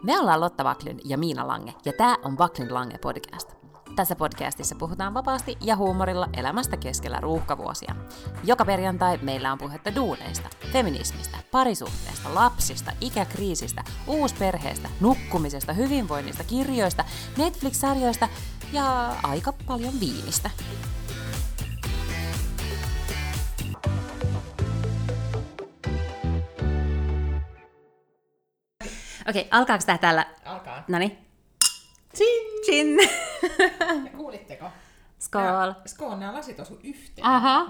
Me ollaan Lotta Waklund ja Miina Lange, ja tää on Waklund Lange podcast. Tässä podcastissa puhutaan vapaasti ja huumorilla elämästä keskellä ruuhkavuosia. Joka perjantai meillä on puhetta duuneista, feminismistä, parisuhteesta, lapsista, ikäkriisistä, uusperheestä, nukkumisesta, hyvinvoinnista, kirjoista, Netflix-sarjoista ja aika paljon viinistä. Okei, alkaako tää täällä? Alkaa. Noniin. Chin! Chin! Ja kuulitteko? Skål! Skål, nämä lasit osu yhteen. Aha.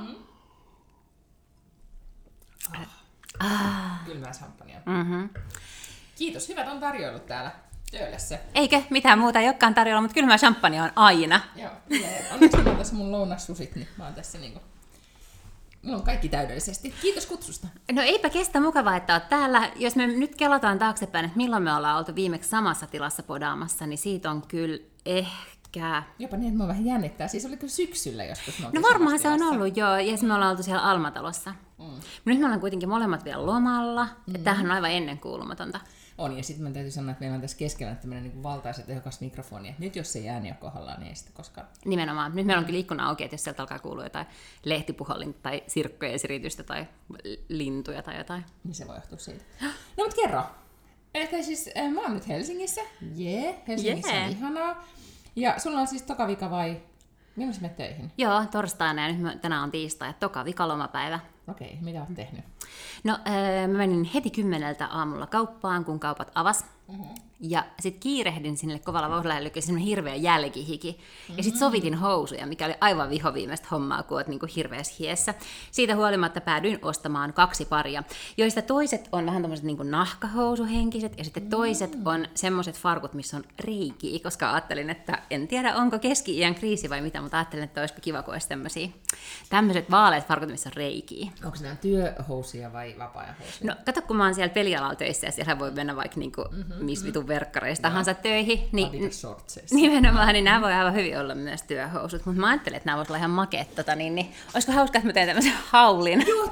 Kylmää champagnea. Mm-hmm. Kiitos, hyvät on tarjoillut täällä Töölössä. Eikö mitään muuta ei olekaan tarjolla, mutta kylmää champagnea on aina. Joo, onneksi mulla on tässä mun lounassusit, niin mä oon tässä niinku... Mulla on kaikki täydellisesti. Kiitos kutsusta. No eipä kestä, mukavaa, että oot täällä. Jos me nyt kelataan taaksepäin, että milloin me ollaan oltu viimeksi samassa tilassa podaamassa, niin siitä on kyllä ehkä... Jopa niin, että mä vähän jännittää. Siis oliko syksyllä joskus? No varmaan se on ollut, joo. Ja me ollaan oltu siellä Almatalossa. Nyt me ollaan kuitenkin molemmat vielä lomalla. Tämähän on aivan ennenkuulumatonta. On, ja sitten mä täytyy sanoa, että meillä on tässä keskellä tämmöinen niin valtaisa tehokas mikrofoni. Nyt jos se ääni ole kohdallaan, niin ei sitä koskaan... Nimenomaan. Nyt meillä on kyllä ikkuna auki, että jos sieltä alkaa kuulua jotain lehtipuhallinta tai sirkkojen siritystä tai lintuja tai jotain. Niin se voi johtua siitä. No mut kerro. Että siis mä oon nyt Helsingissä. Helsingissä on ihanaa. Ja sulla on siis toka vika vai... Milloin sä menet töihin? Joo, torstaina ja nyt tänään on tiistai, toka vika lomapäivä. Okei, mitä oot tehnyt? No, mä menin heti 10 aamulla kauppaan, kun kaupat avas. Ja sitten kiirehdin sinne kovalla vauhdilla, eli semmoinen hirveä jälkihiki. Ja sitten sovitin housuja, mikä oli aivan vihoviimeistä hommaa, kun oot niinku hirveässä hiessä. Siitä huolimatta päädyin ostamaan 2 paria, joista toiset on vähän tommoset niinku nahkahousuhenkiset, ja sitten toiset on semmoiset farkut, missä on reikiä, koska ajattelin, että en tiedä onko keski-iän kriisi vai mitä, mutta ajattelin, että olisiko kiva, kun olisi tämmöiset vaaleat farkut, missä on reikiä. Onko nämä työhousuja vai vapaa-ajan housuja? No, kato, kun mä oon siellä pelialalla töissä, ja siellä voi mennä vaikka niinku missä vitun verkkareista tahansa töihin. Niin, nimenomaan, niin nämä voi aivan hyvin olla myös työhousut. Mutta mä ajattelin, että nämä voisi olla ihan makeet. Niin, olisiko hauska, että mä teen tämmöisen haulin? Joo,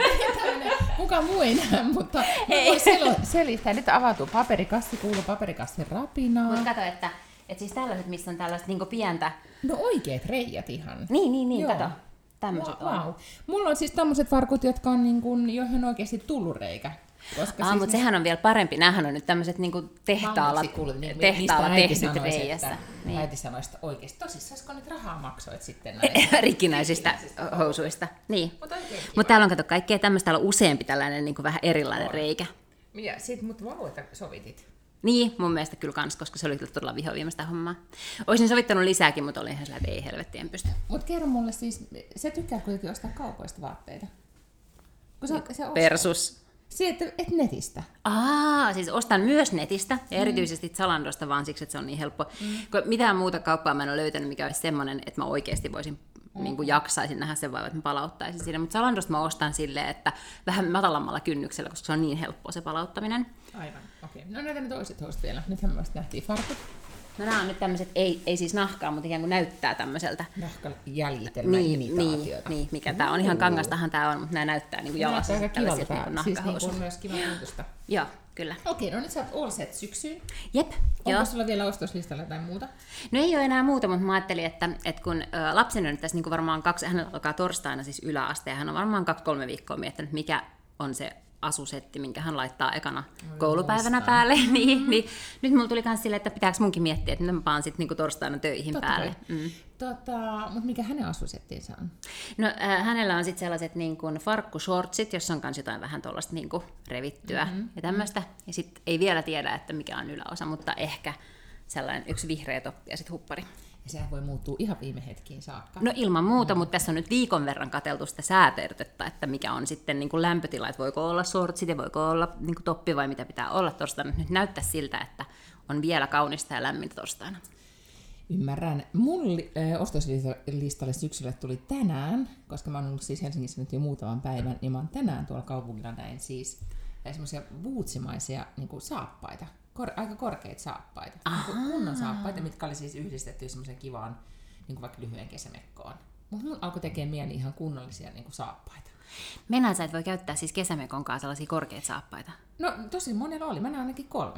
kuka muin, mutta voi selittää. Nyt avautuu paperikassi, kuuluu paperikassin rapinaa. Mutta kato, että siis tällaiset, missä on tällaista niinku pientä... No oikeet reijät ihan. Niin, kato. Tämmöiset on. Mulla on siis tämmöiset farkut, jotka on niin kuin, joihin on oikeasti tullut reikä. Siis mutta sehän on vielä parempi. Nämähän on nyt tämmöiset niinku tehtaalla tehdyt reijässä. Niin. Äiti sanoi, että oikeasti tosissaan, saisiko nyt rahaa maksoit sitten rikkinäisistä housuista. Niin. Mutta täällä on kato kaikkea tämmöistä, täällä on useampi tällainen niinku vähän erilainen reikä. Ja sit mut vauvoita sovitit. Niin, mun mielestä kyllä kans, koska se oli todella vihoviimeistä hommaa. Olisin sovittanut lisääkin, mutta olin ihan sillä, että ei helvetti, en pysty. Mut kerro mulle siis, sä tykkää kuitenkin ostaa kaupoista vaatteita. Kun sä Versus... Se, et netistä. Siis ostan myös netistä, ja erityisesti Zalandosta vaan siksi, että se on niin helppo. Mitään muuta kauppaa mä en ole löytänyt, mikä olisi semmoinen, että mä oikeasti voisin niin kuin jaksaisin nähdä sen vaivan, että mä palauttaisin siinä. Mutta Zalandosta mä ostan silleen, että vähän matalammalla kynnyksellä, koska se on niin helppoa se palauttaminen. Aivan, okei. No näitä ne toiset housut vielä. Nythän me vasta nähtiin farkut. No nämä on nyt tämmöiset, ei siis nahkaa, mutta ikään kuin näyttää tämmöiseltä. Nahkajäljitelmä imitaatiota. Niin, mikä tää on ihan kangastahan tää on, mutta nämä näyttää niin kuin jalassa tällaisilta niin nahkahousuja. Siis niin myös kiva tuntusta. Joo, kyllä. Okei, no nyt sä oot all set syksyyn. Jep, Onko sulla vielä ostoslistalla jotain muuta? No ei ole enää muuta, mutta mä ajattelin, että kun lapseni on nyt tässä niin kuin varmaan hän alkaa torstaina siis yläaste, ja hän on varmaan 2-3 viikkoa miettinyt, mikä on se asusetti, minkä hän laittaa ekana koulupäivänä päälle, niin nyt mulla tuli myös silleen, että pitääkö munkin miettiä, että mä paan sitten niinku torstaina töihin päälle. Mutta mikä hänen asusettiinsa on? No hänellä on sitten sellaiset niin kuin farkkushortsit, jossa on myös jotain vähän tuollaista niin kuin revittyä ja tämmöistä. Ja sitten ei vielä tiedä, että mikä on yläosa, mutta ehkä sellainen yksi vihreä toppi ja sitten huppari. Ja sehän voi muuttua ihan viime hetkiin saakka. No ilman muuta, mutta tässä on nyt viikon verran katseltu sitä säätertettä, että mikä on sitten niin kuin lämpötila, että voiko olla shortsit ja voiko olla niin kuin toppi vai mitä pitää olla torstaina. Nyt näyttää siltä, että on vielä kaunista ja lämmintä torstaina. Ymmärrän. Mun ostoslistalle syksyllä tuli tänään, koska mä oon ollut siis Helsingissä nyt jo muutaman päivän, niin mä oon tänään tuolla kaupungilla näin siis semmoisia bootsimaisia niin kuin saappaita. Aika korkeita saappaita. Kunnon saappaita, mitkä oli siis yhdistetty semmoiseen kivaan, niin kuin vaikka lyhyen kesämekkoon. Mutta mun alkoi tekemään mieli ihan kunnollisia niin kuin saappaita. Mennään sä et voi käyttää siis kesämekon kanssa sellaisia korkeita saappaita? No tosi monella oli. Mä näen ainakin 3.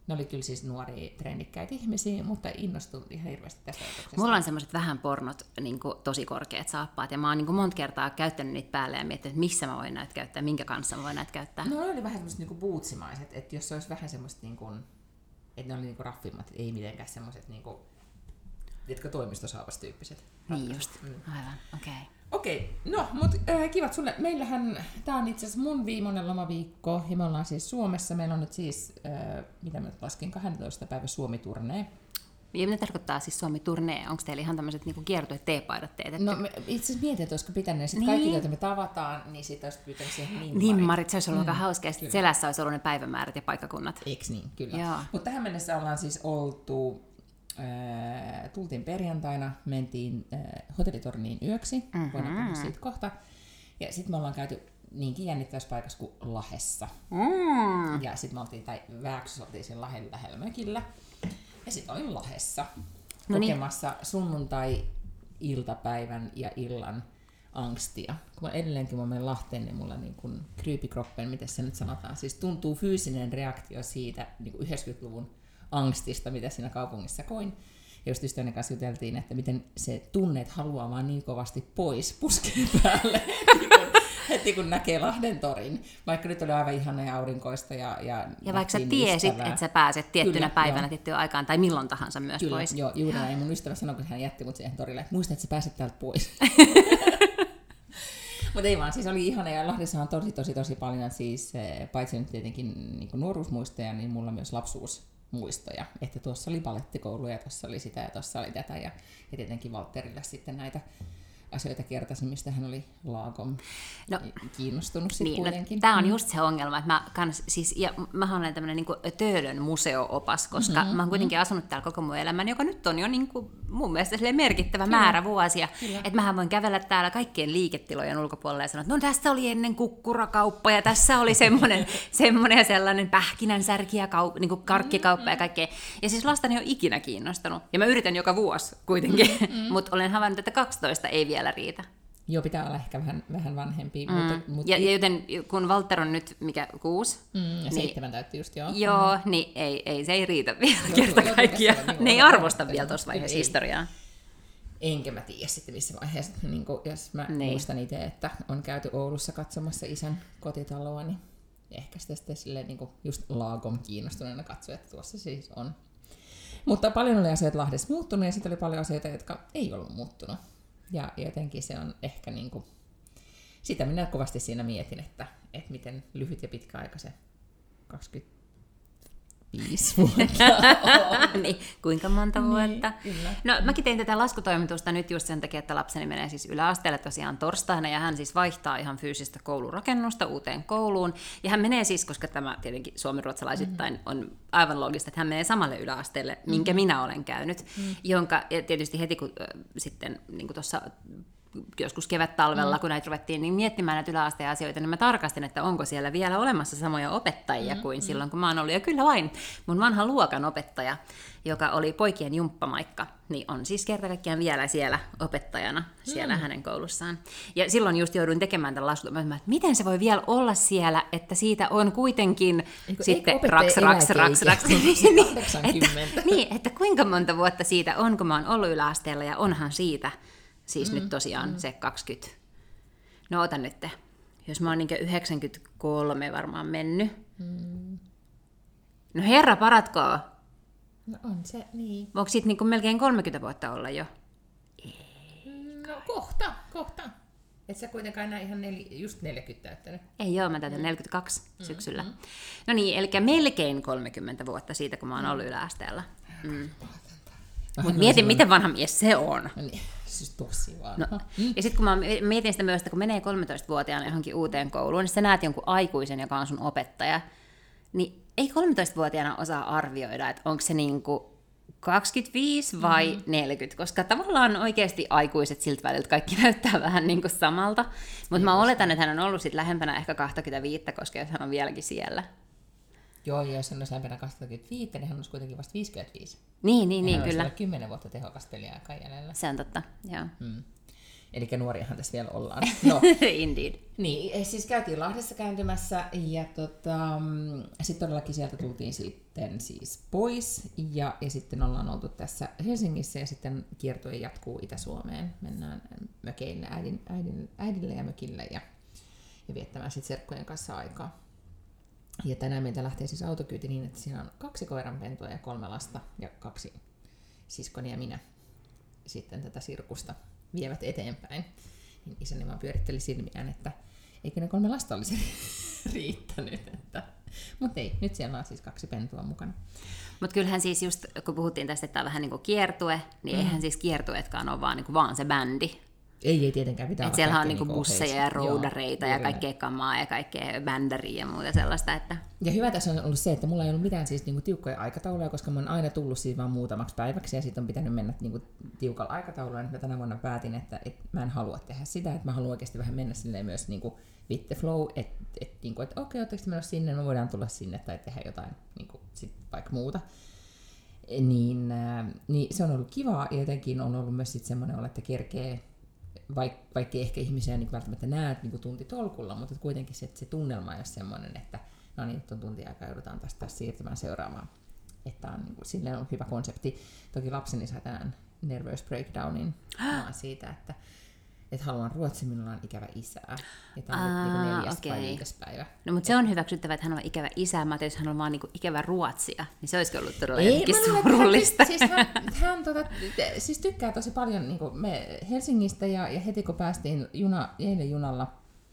Ne oli kyllä siis nuoria trendikkäitä ihmisiä, mutta innostuin ihan hirveästi tästä ajatuksesta. Mulla on semmoiset vähän pornot, niin kuin, tosi korkeat saappaat, ja mä oon niin kuin monta kertaa käyttänyt niitä päälle ja miettinyt, että missä mä voin näitä käyttää, minkä kanssa mä voin näitä käyttää. No ne oli vähän semmoiset niin bootsimaiset, että jos se olisi vähän semmoista, niin kuin, että ne oli niin kuin raffimmat, ei mitenkään semmoiset, niin kuin, jotka toimistosaavas tyyppiset. Niin just, aivan, okei. Okei, no, mutta kivat sulle. Meillähän, tää on itse asiassa mun viimeinen lomaviikko, ja me ollaan siis Suomessa. Meillä on nyt siis, mitä mä laskin, 12 päivä Suomi-turnee. Ja mitä tarkoittaa siis Suomi-turnee? Onko teillä ihan tämmöiset niinku kiertueet teepaidat teetetty? No itse asiassa mietin, että olisiko pitänyt, ja sitten kaikki, joita me tavataan, niin siitä olisi pyytänyt siihen nimmarit. Nimmarit, se olisi ollut aika hauska, ja sitten selässä olisi ollut ne päivämäärät ja paikkakunnat. Eiks niin, kyllä. Mutta tähän mennessä ollaan siis oltu, tultiin perjantaina, mentiin hotellitorniin yöksi, voidaan puhua siitä kohta. Ja sitten me ollaan käyty niinkin jännittävässä paikassa kuin Lahdessa. Ja sitten me oltiin, Vääksössä oltiin sen Lahden lähellä mökillä. Ja sitten olin Lahdessa kokemassa sunnuntai-iltapäivän ja illan angstia. Kun edelleenkin mä menen Lahteen, niin mulla niin kuin kryypikroppen, miten se nyt sanotaan, siis tuntuu fyysinen reaktio siitä niin kuin 90-luvun angstista, mitä siinä kaupungissa koin. Ja just ystäväni kanssa juteltiin, että miten se tunne, että haluaa vaan niin kovasti pois, puskee päälle heti kun näkee Lahden torin. Vaikka nyt oli aivan ihana ja aurinkoista. Ja vaikka sä tiesit, että sä pääset tiettynä päivänä tiettyyn aikaan tai milloin tahansa myös pois. Joo, juuri näin. Mun ystävä sanoi, kun hän jätti mut siihen torille, että muista, että sä pääset täältä pois. Mutta ei vaan, siis oli ihana, ja Lahdessa on tosi paljon, siis paitsi nyt tietenkin niin nuoruusmuistoja, niin mulla myös lapsuusmuistoja. Että tuossa oli balettikoulu, ja tuossa oli sitä, ja tuossa oli tätä, ja tietenkin Valtterille sitten näitä asioita kertasin, mistä hän oli laagom kiinnostunut sitten kuitenkin. Tämä on just se ongelma, että mä olen tämmöinen niin Töölön museo-opas, koska mä oon kuitenkin asunut täällä koko mun elämäni, joka nyt on jo niin kuin mun mielestä merkittävä määrä vuosia. Että mähän voin kävellä täällä kaikkien liiketilojen ulkopuolella ja sanoa, että no tässä oli ennen kukkurakauppa ja tässä oli semmoinen ja sellainen pähkinänsärki ja niin kuin karkkikauppa ja kaikkea. Ja siis lastani on ikinä kiinnostanut. Ja mä yritän joka vuosi kuitenkin, mutta olen havainnut, että 12 ei vielä riitä. Joo, pitää olla ehkä vähän vanhempi. Ja joten kun Valtter on nyt 6? Ja 7 täytti just, joo. Joo, niin se ei riitä vielä kerta kaikkiaan. Ne ei arvosta vielä tuossa vaiheessa historiaa. Enkä mä tiedä sitten missä vaiheessa, niin jos mä muistan itse, että on käyty Oulussa katsomassa isän kotitaloa, niin ehkä sitä sitten silleen niin just laagom kiinnostuneena katsoa, että tuossa siis on. Mutta paljon oli asioita Lahdessa muuttunut, ja sitten oli paljon asioita, jotka ei ollut muuttunut. Ja jotenkin se on ehkä niinku, sitä minä kovasti siinä mietin, että miten lyhyt ja pitkä aika se 25 vuotta on. Niin, kuinka monta vuotta? Kyllä. No mäkin tein tätä laskutoimitusta nyt just sen takia, että lapseni menee siis yläasteelle tosiaan torstaina, ja hän siis vaihtaa ihan fyysistä koulurakennusta uuteen kouluun. Ja hän menee siis, koska tämä tietenkin suomenruotsalaisittain on aivan loogista, että hän menee samalle yläasteelle, minkä minä olen käynyt, jonka tietysti heti kun sitten niin kuin tuossa joskus kevät-talvella, kun näitä ruvettiin niin miettimään näitä yläasteen asioita, niin mä tarkastin, että onko siellä vielä olemassa samoja opettajia kuin silloin, kun mä oon ollut. Ja kyllä vain, mun vanha luokan opettaja, joka oli poikien jumppamaikka, niin on siis kerta kaikkiaan vielä siellä opettajana siellä hänen koulussaan. Ja silloin just jouduin tekemään tämän laskun, että miten se voi vielä olla siellä, että siitä on kuitenkin sitten raks. Niin, että kuinka monta vuotta siitä on, kun mä oon ollut yläasteella, ja onhan siitä siis nyt tosiaan se 20. No otan nyt, jos mä oon niin 93 varmaan mennyt. No herra paratkoon. No on se, niin. Onko siitä niin melkein 30 vuotta olla jo? No kohta. Et sä kuitenkaan enää ihan just 40 täyttänyt. Ei joo, mä täytän 42 syksyllä. No niin, eli melkein 30 vuotta siitä, kun mä oon ollut yläasteella. Mutta mietin, miten vanha mies se on. No niin. Siis tosi vaan. No, ja sitten kun mä mietin sitä myös, että kun menee 13-vuotiaana johonkin uuteen kouluun, niin sä näet jonkun aikuisen, joka on sun opettaja, niin ei 13-vuotiaana osaa arvioida, että onko se niinku 25 vai 40, koska tavallaan oikeasti aikuiset siltä väliltä kaikki näyttää vähän niinku samalta, mutta mä oletan, että hän on ollut sit lähempänä ehkä 25, koska jos hän on vieläkin siellä. Joo, ja jos hän olisi lähempänä 25, niin hän olisi kuitenkin vasta 55. Niin, kyllä. Hän olisi 10 vuotta tehokasta peliaikaa jäljellä. Se on totta, joo. Eli nuoriahan tässä vielä ollaan. No, Indeed. niin, siis käytiin Lahdessa kääntymässä ja sitten todellakin sieltä tultiin sitten siis pois ja sitten ollaan oltu tässä Helsingissä ja sitten kiertue jatkuu Itä-Suomeen. Mennään mökeille äidille ja mökille ja viettämään sitten serkkujen kanssa aikaa. Ja tänään meiltä lähtee siis autokyyti niin, että siinä on 2 koiranpentua ja 3 lasta ja 2 siskoni ja minä sitten tätä sirkusta vievät eteenpäin. Niin isäni vaan pyöritteli silmiään, että eikö ne 3 lasta olisi riittänyt. Mutta ei, nyt siellä on siis 2 pentua mukana. Mutta kyllähän siis just, kun puhuttiin tästä, että tämä on vähän niin kuin kiertue, niin eihän siis kiertueetkaan ole vaan, niin kuin vaan se bändi. Ei tietenkään pitää olla. Siellä on niinku busseja ja roudareita ja kaikkea kamaa ja kaikkea bändäriä ja muuta sellaista. Että... Ja hyvä tässä on ollut se, että mulla ei ollut mitään siis niinku tiukkoja aikatauluja, koska mä oon aina tullut siis vaan muutamaksi päiväksi ja sitten on pitänyt mennä niinku tiukalla aikataululla. Nyt mä tänä vuonna päätin, että mä en halua tehdä sitä, että mä haluan oikeasti vähän mennä silleen myös niinku with the flow, että okei, ootteko te menossa sinne, me voidaan tulla sinne tai tehdä jotain niinku sit vaikka muuta. Niin se on ollut kivaa ja jotenkin on ollut myös sit semmoinen olo, että kerkee vaikka ehkä ihmisiä niin välttämättä näet niin tuntitolkulla, mutta kuitenkin se tunnelma on semmoinen, että no niin, nyt on tunti aikaa, joudutaan tästä siirtymään seuraamaan. Että on niin kuin, silleen on hyvä konsepti. Toki lapseni sai tämän nervous breakdownin vaan siitä, että haluan Ruotsi, minulla on ikävä isää. Ja tämä on nyt 4. vai 5. päivä. No mutta se on hyväksyttävä, että hän on ikävä isä. Mä ajattelin, jos hän on vaan niin ikävä Ruotsia, niin se olisikin ollut todella surullista. Hän siis tykkää tosi paljon niin me Helsingistä ja heti kun päästiin eilen junalla,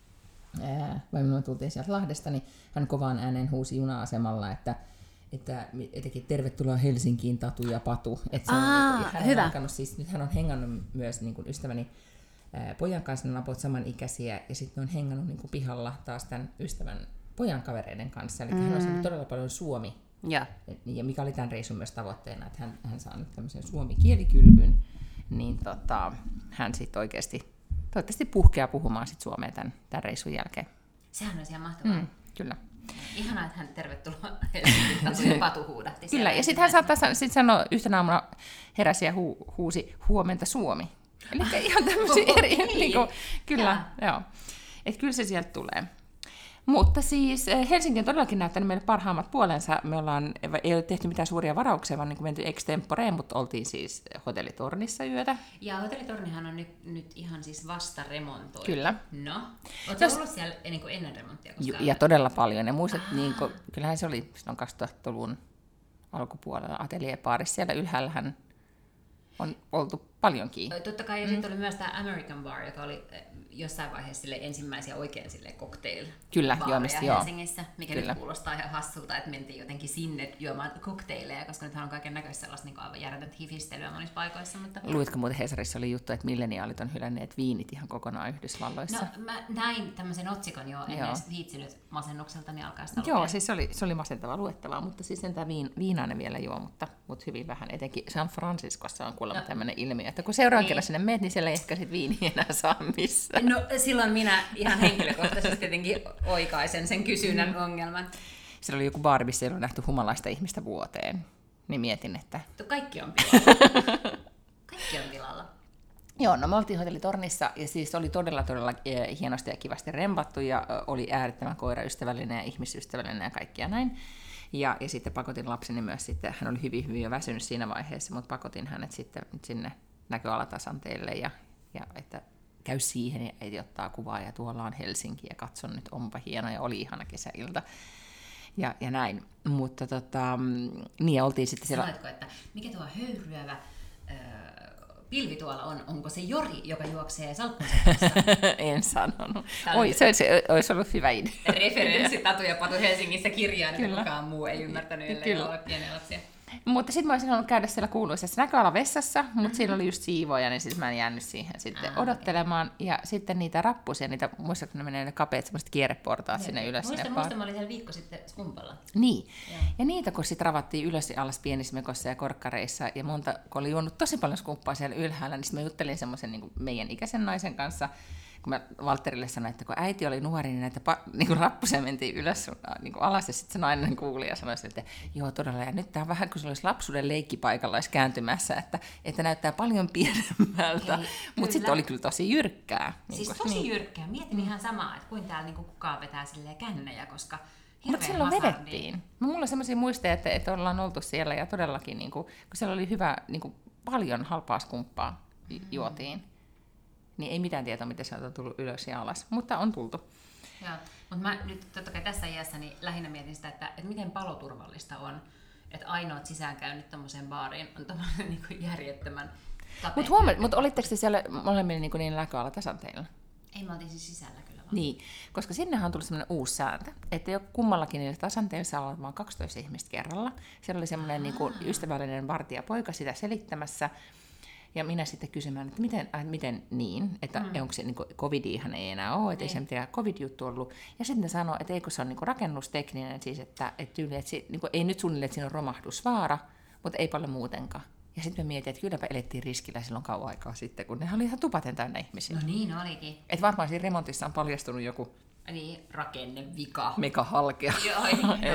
vai minua tultiin sieltä Lahdesta, niin hän kovaan ääneen huusi juna-asemalla, että etenkin tervetuloa Helsinkiin Tatu ja Patu. Että hän hyvä. Siis, nyt hän on hengannut myös niin kuin ystäväni pojan kanssa, ne ovat samanikäisiä, ja sitten on hengannut niin kuin pihalla taas tämän ystävän pojan kavereiden kanssa. Eli hän on saanut todella paljon suomi. Ja mikä oli tämän reisun myös tavoitteena, että hän saa nyt tämmöisen suomi-kielikylvyn, niin hän sitten oikeasti toivottavasti puhkeaa puhumaan sit suomea tämän reisun jälkeen. Sehän olisi ihan mahtavaa. Kyllä. Ihanaa, että hän tervetuloa Helsinkiin Tatu ja Patu huudatti. Kyllä, ja sitten hän saattaa sanoa yhtenä aamuna heräsi ja huusi huomenta Suomi. Eli ihan tämmöisiä eri, niin kuin, kyllä, joo. Että kyllä se sieltä tulee. Mutta siis Helsinki on todellakin näyttänyt meille parhaimmat puolensa. Ei ole tehty mitään suuria varauksia, vaan niin menty extemporeen, mutta oltiin siis hotellitornissa yötä. Ja hotellitornihan on nyt ihan siis vasta remontoitu. Kyllä. No, oletko ollut siellä ennen remonttia koskaan? Ja todella paljon. Ja muistat, kyllähän se oli silloin 2000-luvun alkupuolella atelierbaarissa. Siellä ylhäällähän on oltu paljonkin. Totta kai, ja sitten oli myös tämä American Bar, joka oli jossain vaiheessa ensimmäisiä oikein cocktail-baareja Helsingissä, mikä nyt kuulostaa ihan hassulta, että mentiin jotenkin sinne juomaan cocktailleja, koska nythän on kaiken näköistä sellaista niin aivan järjetöntä hifistelyä monissa paikoissa. Mutta... Luitko muuten Hesarissa oli juttu, että milleniaalit on hylänneet viinit ihan kokonaan Yhdysvalloissa? No mä näin tämmöisen otsikon jo, en edes viitsinyt masennukseltani alkaa sitä lukea. Joo, siis se oli masentavaa luettavaa, mutta siis sentään viinaa ne vielä juo, mutta hyvin vähän. Etenkin San Franciscossa on kuulemma tämmöinen ilmiö, että kun seuraavan kerran sinne meet, niin siellä ei ehkä sit viiniä enää saa missään. No silloin minä ihan henkilökohtaisesti tietenkin oikaisen sen kysynnän ongelman. Siellä oli joku baari, missä ei ollut nähty humalaista ihmistä vuoteen. Niin mietin, että... Kaikki on pilalla. Kaikki on pilalla. Joo, no me oltiin hotellitornissa ja siis oli todella hienosti ja kivasti rempattu ja oli äärettömän koiraystävällinen ja ihmisystävällinen ja kaikkia näin. Ja sitten pakotin lapseni myös sitten, hän oli hyvin jo väsynyt siinä vaiheessa, mutta pakotin hänet sitten sinne näköalatasanteelle ja että käy siihen ja äiti ottaa kuvaa ja tuolla on Helsinki ja katson nyt, onpa hieno ja oli ihana kesäilta ja näin. Mutta niin oltiin sitten siellä... Sanoitko, että mikä tuo höyryävä pilvi tuolla on? Onko se Jori, joka juoksee salkkunsa kanssa? En sanonut. Se olisi ollut hyvä idea. Referenssi Tatu ja Patu Helsingissä -kirjaan, että kukaan muu ei ymmärtänyt, ellei ole pieniä lapsia. Mutta sitten mä olisin halunnut käydä siellä kuuluisessa näköalavessassa, mutta siinä oli just siivoja, niin siis mä en jäänyt siihen sitten odottelemaan. Okay. Ja sitten niitä rappusia, muistatko ne menee ne kapeat semmoiset kierreportaat sinne ylös. Muistan, mä olin siellä viikko sitten Skumpalla. Niin, ja niitä kun sitten ravattiin ylös ja alas pienissä mekossa ja korkkareissa, ja kun oli juonut tosi paljon skumppaa siellä ylhäällä, niin sitten mä juttelin semmoisen niin meidän ikäisen naisen kanssa, kun mä Valtterille sanoin, että kun äiti oli nuori, niin näitä niin rappusia mentiin ylös niin alas, ja sitten se nainen kuuli ja sanoi, että joo todella, ja nyt tämä on vähän kuin se olisi lapsuuden leikkipaikalla olisi kääntymässä, että näyttää paljon pienemmältä, mutta sitten oli kyllä tosi jyrkkää. Siis tosi jyrkkää. Mietin ihan samaa, että kuin täällä niin kukaan vetää silleen kännejä, koska mutta silloin vedettiin. Mulla on sellaisia muisteja, että ollaan oltu siellä ja todellakin, niin kun siellä oli hyvä, niin paljon halpaa skumppaa juotiin, niin ei mitään tietoa, miten se on tullut ylös ja alas, mutta on tultu. Joo, mutta mä nyt totta kai tässä iässä niin lähinnä mietin sitä, että miten paloturvallista on, että ainoat sisäänkäynnit tommoseen baariin on tommoinen niin kuin järjettömän tapetti. Mutta olitteko te siellä molemmilla niin näköala tasanteilla? Ei, me oltiin siis sisällä kyllä vaan. Niin, koska sinnehän on tullut sellainen uusi sääntö, että jo kummallakin niillä tasanteilla saa olla vain 12 ihmistä kerralla. Siellä oli semmoinen niin kuin ystävällinen vartijapoika sitä selittämässä, ja minä sitten kysymään, että miten niin, että onko se, niin kuin, covidihan ei enää ole, että ei se mitään covid-juttu ollut. Ja sitten ne sanoo, että eikö se ole niin kuin rakennustekninen, siis että niin kuin, ei nyt suunnilleen, että siinä on romahdusvaara, mutta ei paljon muutenkaan. Ja sitten me mietin, että kylläpä elettiin riskillä silloin kauan aikaa sitten, kun ne oli ihan tupaten täynnä ihmisiä. No niin olikin. Että varmaan siinä remontissa on paljastunut joku rakennevika. Mega halkea. Joo,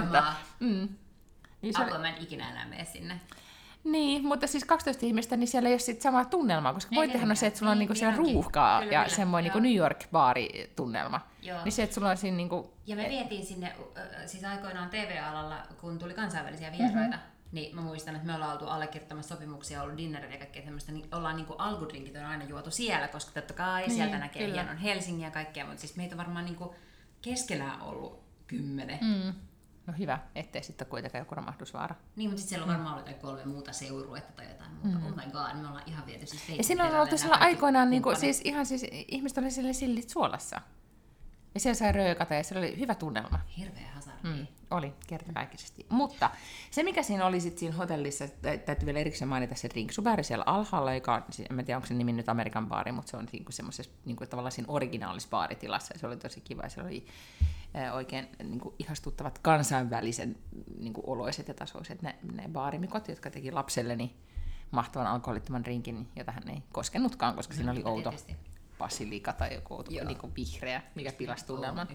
niin apua, mä en ikinä enää mene sinne. Niin, mutta siis 12 ihmistä, niin siellä ei ole sit samaa tunnelmaa, koska voittehan on se, että sulla on niinku siellä ruuhkaa ja semmoinen niinku New York-baaritunnelma. Niin se, että sulla on siinä niinku... Ja me vietiin sinne, siis aikoinaan TV-alalla, kun tuli kansainvälisiä vieraita, niin mä muistan, että me ollaan oltu allekirjoittamassa sopimuksia, ollut dinnerit ja kaikkea tämmöistä, niin ollaan niinku alkudrinkit on aina juotu siellä, koska totta kai sieltä näkee hienon Helsingin ja kaikkea, mutta siis meitä on varmaan niinku keskenään ollut 10. No hyvä, ettei sitten ole kuitenkaan joku romahdusvaara. Niin, mutta sitten siellä on varmaan ollut jotain 3 muuta seuruetta tai jotain muuta. Oh my god, me ollaan ihan viety siis ja siinä on oltu siellä aikoinaan, niinku, siis ihmiset oli sille sillit suolassa. Ja siellä sai röökata ja siellä oli hyvä tunnelma. Hirveä hasardi. Oli, kertapäiväisesti. Mutta se, mikä siinä oli sit siinä hotellissa, täytyy vielä erikseen mainita se Rinksubaari siellä alhaalla, joka on, en tiedä onko se nimi nyt Amerikan baari, mutta se on niinku semmoisessa niinku tavallaan siinä originaalis baaritilassa. Ja se oli tosi kiva ja siellä oli oikein niinku ihastuttavat kansainvälisen niinku oloiset ja tasoiset ne baarimikot, jotka teki lapselleni mahtavan alkoholittoman drinkin, jota hän ei koskenutkaan, koska siinä oli outo basilika tai joku niinku vihreä, mikä pilasi tunnelman.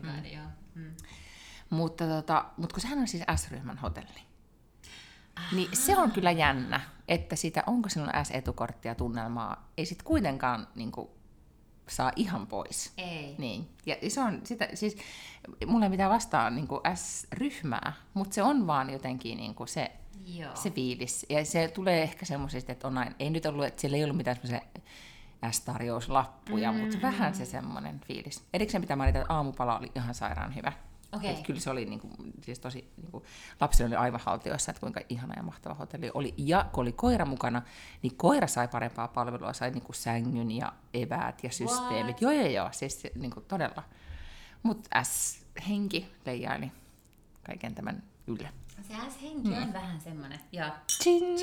Mutta kun sehän on siis S-ryhmän hotelli. Niin se on kyllä jännä, että sitä, onko sinulla S-etukorttia tunnelmaa, ei sit kuitenkaan niinku saa ihan pois. Ei. Niin. Ja se on sitä, siis mulla ei mitään vastaa niinku S-ryhmää, mutta se on vaan jotenkin niinku se fiilis. Ja se tulee ehkä semmoisesta, että ei nyt ollut, että siellä ei ollut mitään semmoisia S-tarjouslappuja, mutta vähän se semmoinen fiilis. Erikseen pitää mainita, että aamupala oli ihan sairaan hyvä. Okay. Kyllä se oli siis tosi, lapsille oli aivan haltioissa, että kuinka ihana ja mahtava hotelli oli. Ja kun oli koira mukana, niin koira sai parempaa palvelua, sai sängyn ja eväät ja systeemit. Joo, siis todella. Mutta S-henki leijaili kaiken tämän yllä. Se S-henki on vähän semmoinen. Ja ching!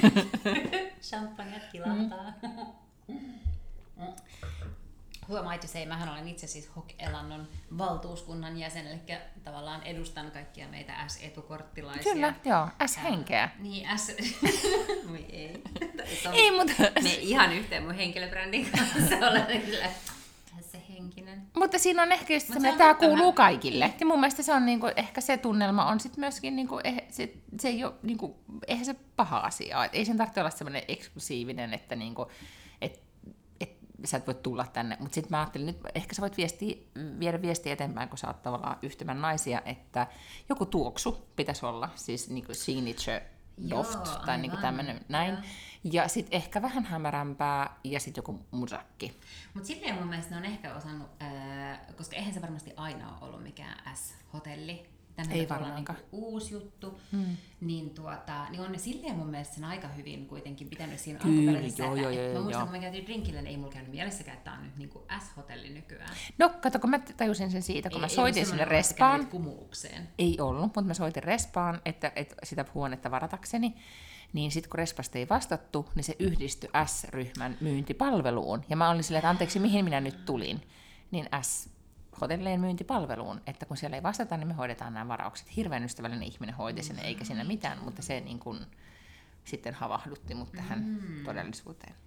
Champagnat kilahtaa. Huomaat, jos ei, mähän olen itse siis HOK-elannon valtuuskunnan jäsen, eli tavallaan edustan kaikkia meitä S-etukorttilaisia. Kyllä, joo, S-henkeä. Niin, S... Voi ei. Ei, mutta... Me ihan yhteen mun henkilöbrändin kanssa olen kyllä S-henkinen. Mutta siinä on ehkä just semmoinen, että tämä kuuluu kaikille. Ja mun mielestä se on ehkä se tunnelma on sitten myöskin, se ei ole, eihän se paha asia. Et ei sen tarvitse olla semmoinen eksklusiivinen, että sä et voi tulla tänne, mutta sitten mä ajattelin, nyt ehkä sä voit viedä viestiä eteenpäin, kun sä oot tavallaan yhtymän naisia, että joku tuoksu pitäisi olla, siis niinku signature doft tai niinku tämmöinen näin. Ja sitten ehkä vähän hämärämpää ja sitten joku musakki. Mutta silleen mun mielestä ne on ehkä osannut, koska eihän se varmasti aina ole ollut mikään S-hotelli. Tänne ei varmaankaan. Uusi juttu, niin on ne silleen mun mielestä sen aika hyvin kuitenkin pitänyt siinä alkuperäisessä. Mä muistan, kun mä käytiin drinkille, niin ei mulla käynyt mielessäkään, että tää on nyt niinku S-hotelli nykyään. No, kato, kun mä tajusin sen siitä, kun mä soitin sinne respaan. Ei ollut, mutta mä soitin respaan, että sitä huonetta varatakseni. Niin sitten kun respasta ei vastattu, niin se yhdistyi S-ryhmän myyntipalveluun. Ja mä olin silleen, että anteeksi, mihin minä nyt tulin. Niin hotellien myyntipalveluun, että kun siellä ei vastata, niin me hoidetaan nämä varaukset. Hirveän ystävällinen ihminen hoiti sen, eikä siinä mitään, mutta se sitten havahdutti mut tähän todellisuuteen.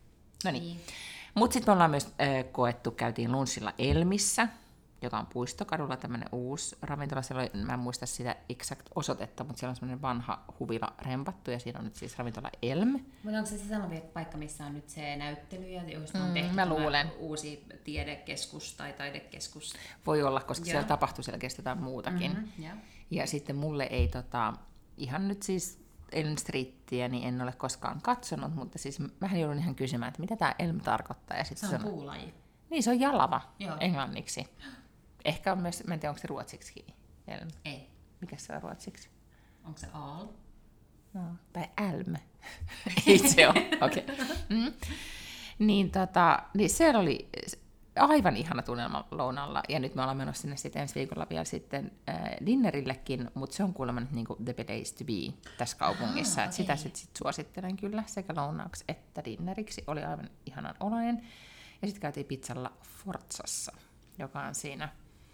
No niin. Mutta sitten me ollaan myös käytiin lunchilla Elmissä, joka on Puistokadulla tämmöinen uusi ravintola. Siellä oli, mä en muista sitä exact osoitetta, mutta siellä on semmoinen vanha huvila rempattu, ja siinä on nyt siis ravintola Elm. Mutta onko se sama paikka, missä on nyt se näyttely, ja josta on tehty mä luulen. Uusi tiedekeskus tai taidekeskus? Voi olla, koska siellä tapahtui selkeästi jotain muutakin. Ja sitten mulle ei ihan nyt siis Elm Streetiä niin en ole koskaan katsonut, mutta siis mähän joudun ihan kysymään, että mitä tämä Elm tarkoittaa. Ja se on puulaji. Niin, se on jalava englanniksi. Ehkä on myös, mä en tiedä, onko se ruotsiksi Elm? Ei. Mikä se on ruotsiksi? Onko se aal? No, tai Elm. Ei se ole, okei. Okay. Niin, niin se oli aivan ihana tunnelma lounalla, ja nyt me ollaan menossa sinne sitten ensi viikolla vielä sitten dinnerillekin, mutta se on kuulemma nyt niin kuin the place to be tässä kaupungissa, että sitä sitten suosittelen kyllä sekä lounaaksi että dinneriksi, oli aivan ihanan oloinen. Ja sitten käytiin pizzalla Forzassa, joka on siinä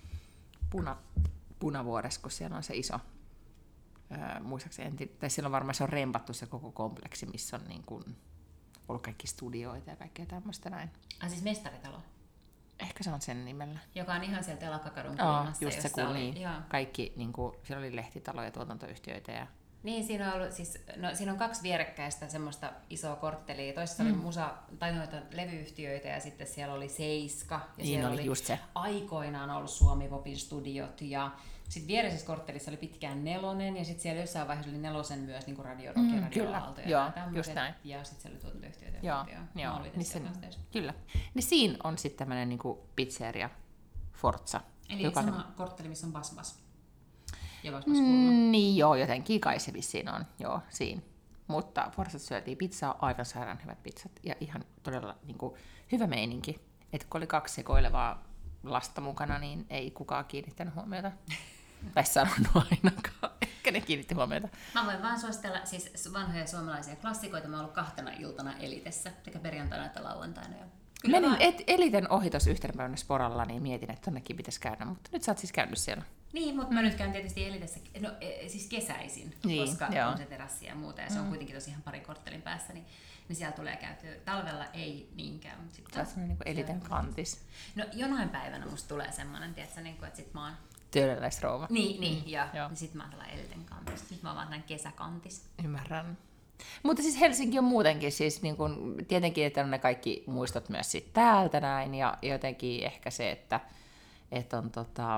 Punavuoressa, kun siellä on se iso, muistaakseni, tai silloin varmaan se on rempattu se koko kompleksi, missä on niin kuin ollut kaikki studioita ja kaikkea tämmöistä näin. Siis Mestaritalo? Ehkä se on sen nimellä. Joka on ihan siellä Telakakadun kulmassa. Just se kun niin. Kaikki, niin kuin, siellä oli lehtitaloja ja tuotantoyhtiöitä. Ja... Niin, siinä on ollut, siis, siinä on 2 vierekkäistä semmoista isoa korttelia. Toisessa oli tai noita levyyhtiöitä, ja sitten siellä oli Seiska. Ja niin siellä oli just se. Aikoinaan ollut Suomi Popin studiot. Ja sitten viereisessä korttelissa oli pitkään 4, ja sitten siellä jossain vaiheessa oli 4 myös niin kuin Radio Rock ja Radio Aalto. Joo, just näin. Ja sitten siellä oli tuotantoyhtiöitä. Joo. Kyllä. Niin siinä on sitten tämmöinen niin kuin pizzeria Forza. Eli joka sama kortteli, missä on Basbas. Ja niin joo, jotenkin kai se vissiin on, joo, siinä. Mutta Forzassa syötiin pizzaa, aivan sairaan hyvät pizzat, ja ihan todella niin kuin, hyvä meininki. Että kun oli 2 sekoilevaa lasta mukana, niin ei kukaan kiinnittänyt huomiota. Tai sanonut ainakaan, ehkä ne kiinnitti huomiota. Mä voin vaan suositella siis vanhoja suomalaisia klassikoita. Mä oon ollut 2 iltana Elitessä, sekä perjantaina että lauantaina. Menin Eliten ohi tuossa yhtenä päivänä Sporalla, niin mietin, että tonnekin pitäisi käydä, mutta nyt sä oot siis käynyt siellä. Niin, mutta mä nyt käyn tietysti Elitessä, siis kesäisin, niin, koska on se terassi ja muuta, ja se on kuitenkin tosi ihan 2 korttelin päässä, niin siellä tulee käytyä. Talvella ei niinkään. Se on semmoinen niin Eliten kantis. No jonain päivänä musta tulee semmoinen, tiedätkö, niin kuin, että sit mä oon... Työläisrouva. Niin, ja sit mä oon tällainen Eliten kantis. Nyt mä oon vaan tällainen kesäkantis. Ymmärrän. Mutta siis Helsinki on muutenkin, siis niin kun, tietenkin, että on ne kaikki muistot myös sit täältä näin, ja jotenkin ehkä se, että on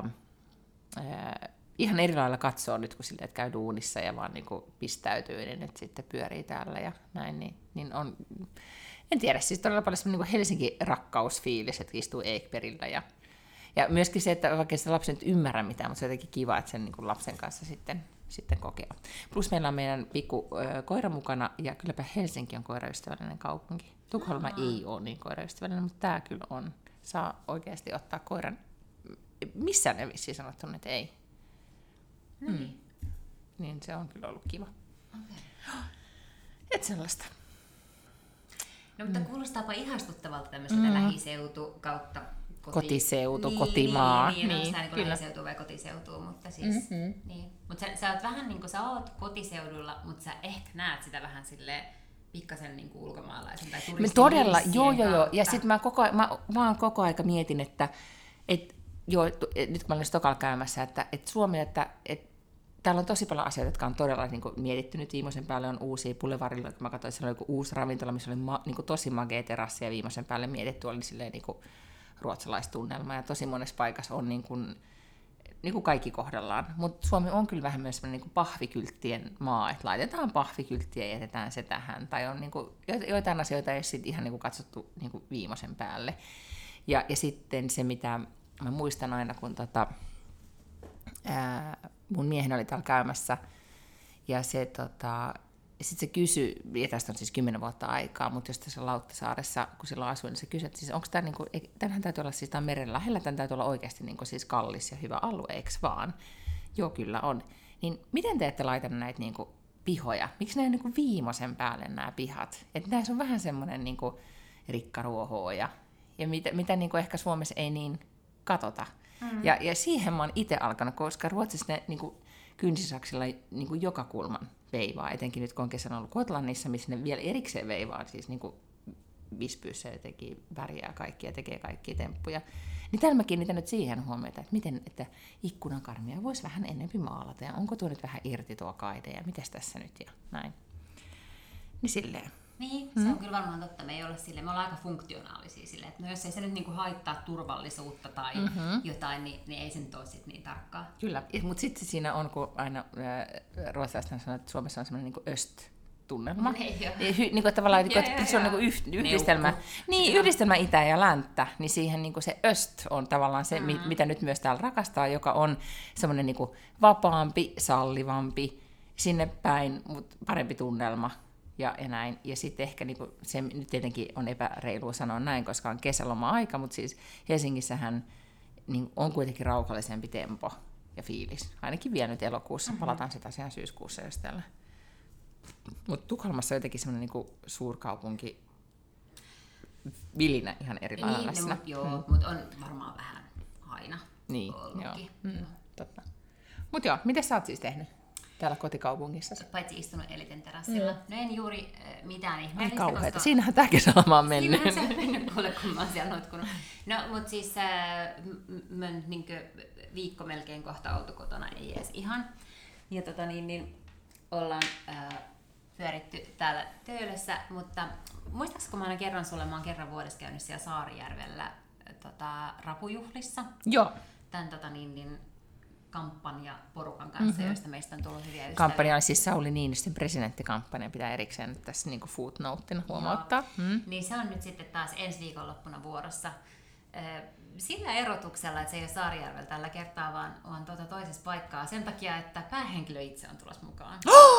ihan eri lailla katsoa nyt, kun silleen, että käy duunissa ja vaan niin kuin pistäytyy, niin nyt sitten pyörii täällä ja näin, niin on, en tiedä, siis todella paljon semmoinen niin Helsinki-rakkausfiilis, että istuu Eekperillä ja myöskin se, että vaikka se lapsi nyt ymmärrä mitään, mutta se on jotenkin kiva, että sen niin kuin lapsen kanssa sitten kokee. Plus meillä on meidän pikku koira mukana, ja kylläpä Helsinki on koiraystävällinen kaupunki. Tukholma ei ole niin koiraystävällinen, mutta tämä kyllä on. Saa oikeasti ottaa koiran. Missään ei vissiin sanottu, että ei. Niin se on kyllä ollut kiva. Okay. Et sellaista. No mutta kuulostaapa ihastuttavalta tämmöiseltä lähiseutu kautta kotiseutu, kotimaa. Niin, niin kyllä. Lähiseutu vai kotiseutu, mutta siis niin. Mutta sä oot vähän niin kuin sä oot kotiseudulla, mutta sä ehkä näet sitä vähän silleen pikkasen niin kuin ulkomaalaisen tai turistin. Todella, joo. Ja sitten mä vaan koko aika mietin, että nyt kun mä olin Stokalla käymässä, että Suomi, että täällä on tosi paljon asioita, jotka on todella niin kuin, mietitty nyt viimeisen päälle, on uusia Boulevardilla, kun mä katsoin, että siellä oli uusi ravintola, missä oli niin kuin, tosi magea terassi, ja viimeisen päälle mietitty oli silleen niin kuin ruotsalaistunnelma, ja tosi monessa paikassa on niin kuin kaikki kohdallaan. Mutta Suomi on kyllä vähän myös sellainen niin kuin pahvikylttien maa, että laitetaan pahvikylttiä ja jätetään se tähän, tai on niin kuin, joitain asioita ei sit ihan niin kuin katsottu niin kuin viimeisen päälle. Ja sitten se, mitä mä muistan aina, kun mun miehen oli täällä käymässä, ja sitten se kysyi, ja tästä on siis 10 vuotta aikaa, mutta jos tässä Lauttasaaressa, kun silloin asuin, niin se kysyi, että siis onko tämä, niin kuin, tämähän täytyy olla siis tämän meren lähellä, tämän täytyy olla oikeasti niin kuin, siis kallis ja hyvä alue, eikö vaan? Joo, kyllä on. Niin miten te ette laita näitä niin kuin, pihoja? Miksi ne on niin kuin viimeisen päälle nämä pihat? Että näissä on vähän semmoinen niin kuin rikkaruohoa, ja mitä niin kuin ehkä Suomessa ei niin katota. Ja siihen mä oon itse alkanut, koska Ruotsissa ne niin kuin kynsisaksilla niin kuin joka kulman veivaa, etenkin nyt kun on kesän ollut Kotlannissa, missä ne vielä erikseen veivaa, siis niin kuin Visbyssä jotenkin värjää kaikkia ja tekee kaikkia temppuja. Niin täällä mä kiinnitän nyt siihen huomiota, että miten että ikkunankarmia voisi vähän enemmän maalata, ja onko tuo nyt vähän irti tuo kaide, ja mitäs tässä nyt, ja näin. Niin silleen. Niin, se on kyllä varmaan totta. Me ei ole silleen, me ollaan aika funktionaalisia silleen, että no jos ei se nyt niinku haittaa turvallisuutta tai jotain, niin ei se nyt ole sit niin tarkkaa. Kyllä, mutta sitten siinä on, kun aina ruotsalaiset sanoo, että Suomessa on semmoinen niin öst-tunnelma. Niin kuin tavallaan, että se on niin yhdistelmä. Niin, yhdistelmä itä ja länttä, niin siihen niin kuin se öst on tavallaan se, mitä nyt myös täällä rakastaa, joka on semmoinen niin kuin vapaampi, sallivampi, sinne päin, mutta parempi tunnelma. Ja näin. Ja sitten ehkä niin kuin, se nyt tietenkin on epäreilua sanoa näin, koska on kesäloma-aika, mutta siis Helsingissähän niin on kuitenkin rauhallisempi tempo ja fiilis. Ainakin vielä nyt elokuussa. Palataan sitä asiaan syyskuussa jos täällä. Mutta Tukholmassa on jotenkin semmoinen niin suurkaupunki vilinä ihan eri lailla läsnä. Joo, mutta on varmaan vähän aina ollutkin. Joo. Totta. Mutta joo, mitä sä oot siis tehnyt täällä kotikaupungissa? Paitsi istunut Eliten terassilla. No en juuri mitään ihmeellistä. Ei kauheeta. Siinähän tää kesäloma on mennyt. Siinähän se on mennyt, kuule, kun mä oon siellä notkunut. No, mutta siis mä niin viikko melkein kohta oltu kotona, ei edes ihan. Ja ollaan pyöritty täällä Töölössä, mutta muistaakseni, kun mä aina kerron sulle, mä oon kerran vuodessa käynyt siellä Saarijärvellä rapujuhlissa. Joo. Tän kampanjaporukan kanssa, joista meistä on tullut hyviä ystäviä. Kampanja on siis Sauli Niinistön presidenttikampanja, pitää erikseen nyt tässä niin footnoteina huomauttaa. Niin se on nyt sitten taas ensi viikonloppuna vuorossa. Sillä erotuksella, että se ei ole Saarijärvellä tällä kertaa, vaan on toisessa paikkaa sen takia, että päähenkilö itse on tulossa mukaan.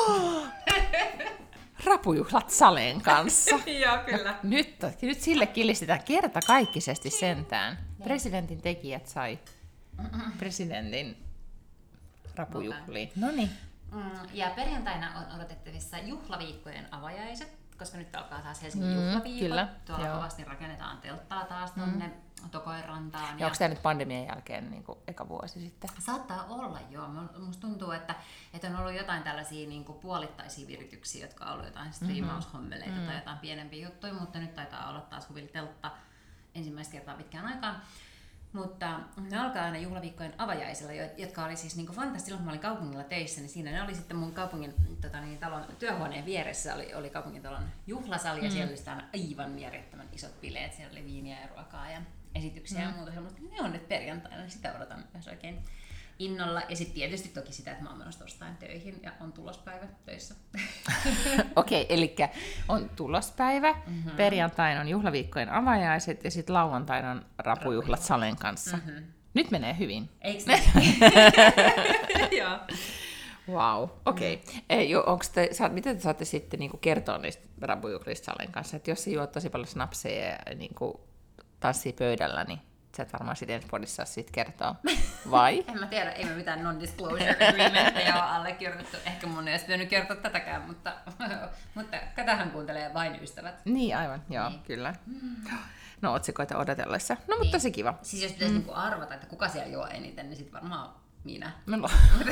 Rapujuhlat Saleen kanssa. Joo, kyllä. Nyt sille killistetään kertakaikkisesti sentään. Presidentin tekijät sai presidentin rapujuhliin. Noniin. Ja perjantaina on odotettavissa juhlaviikkojen avajaiset, koska nyt alkaa taas Helsingin juhlaviikot. Kyllä. Tuolla kovasti rakennetaan telttaa taas tuonne Tokoinrantaan. Ja onko tämä nyt pandemian jälkeen niin kuin eka vuosi sitten? Saattaa olla, joo. Musta tuntuu, että on ollut jotain tällaisia niin kuin puolittaisia virityksiä, jotka on ollut jotain striimaushommeleita tai jotain pienempiä juttuja, mutta nyt taitaa olla taas huvilla teltta ensimmäistä kertaa pitkään aikaan. Mutta ne alkaa aina juhlaviikkojen avajaisilla, jotka oli siis niin fantastista. Silloin kun mä olin kaupungilla töissä, niin siinä ne oli sitten mun kaupungin talon työhuoneen vieressä oli kaupungintalon juhlasali ja siellä oli sitä aivan järjettömän isot bileet. Siellä oli viiniä ja ruokaa ja esityksiä ja muuta. Mutta ne on nyt perjantaina, niin sitä odotan myös oikein innolla. Ja sitten tietysti toki sitä, että mä oon menossa torstain töihin ja on tulospäivä töissä. Okei, eli on tulospäivä, perjantaina on juhlaviikkojen avajaiset ja sitten lauantaina on rapujuhlat Salen kanssa. Nyt menee hyvin. Eikö niin? Joo. Wow, okei. Miten te saatte sitten niinku kertoa niistä rapujuhlista Salen kanssa? Et jos se juot tosi paljon snapseja ja niinku tanssii pöydällä, niin sä et varmaan sitten ensi podissa siitä kertoa, vai? En mä tiedä, ei me mitään non-disclosure agreementteja ole allekirjoitettu. Ehkä mun ei olisi pitänyt kertoa tätäkään, mutta tätähän kuuntelee vain ystävät. Niin, aivan, joo, niin. Kyllä. No otsikoita odotellessa. No, mutta tosi kiva. Siis jos pitäisi niinku arvata, että kuka siellä juo eniten, niin sit varmaan minä. No,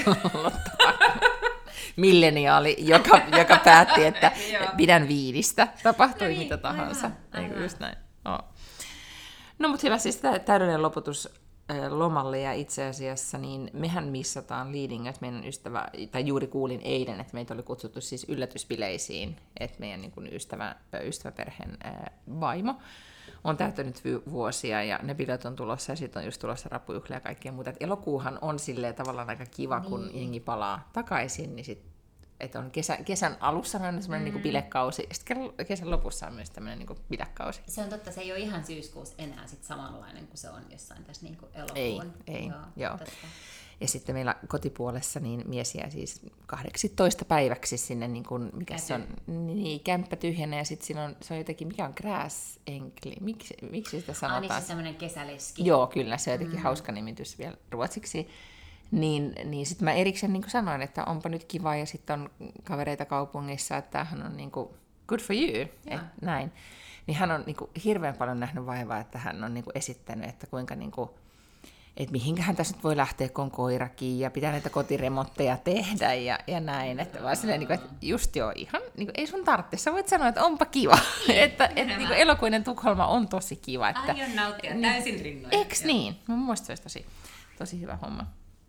milleniaali, joka päätti, että pidän viinistä. Tapahtui no niin, mitä tahansa. Eikö just näin? No mutta hyvä, siis täydellinen loputus lomalle ja itse asiassa niin mehän missataan Liidingöt, meidän ystävä, tai juuri kuulin eilen, että meitä oli kutsuttu siis yllätyspileisiin, että meidän niin kuin ystäväperheen vaimo on täyttänyt vuosia ja ne bileet on tulossa ja sitten on just tulossa rapujuhlia ja kaikkea muuta. Et elokuuhan on silleen tavallaan aika kiva, kun jengi palaa takaisin, niin sitten että on kesän alussa on semmoinen niinku bilekausi, ja sitten kesän lopussa on myös tämmöinen niinku bilekausi. Se on totta, se ei ole ihan syyskuussa enää sit samanlainen kuin se on jossain tässä niinku elokuun. Ei, joo. Ja sitten meillä kotipuolessa niin mies jää siis 18 päiväksi sinne, niin kuin, mikä se on, niin, kämppä tyhjänä, ja sitten se on jotenkin, mikä on gräsänkli, miksi sitä sanotaan? Niin se semmoinen kesäleski. Joo, kyllä, se on jotenkin hauska nimitys vielä ruotsiksi. Niin sitten mä erikseen niin sanoin, että onpa nyt kiva, ja sitten on kavereita kaupungissa, että tämähän on niin kuin good for you, että näin. Niin hän on niin kuin hirveän paljon nähnyt vaivaa, että hän on niin kuin esittänyt, että kuinka niin kuin että mihinkähän tässä nyt voi lähteä, kun on koirakin, ja pitää näitä kotiremontteja tehdä, ja näin. Että vaan silleen, niin kuin, että just joo, ihan, niin kuin, ei sun tarvitse. Sä voit sanoa, että onpa kiva. että niin kuin elokuinen Tukholma on tosi kiva. Että, aion nauttia täysin rinnoin. Eiks niin? Mun mielestä se olisi tosi hyvä homma.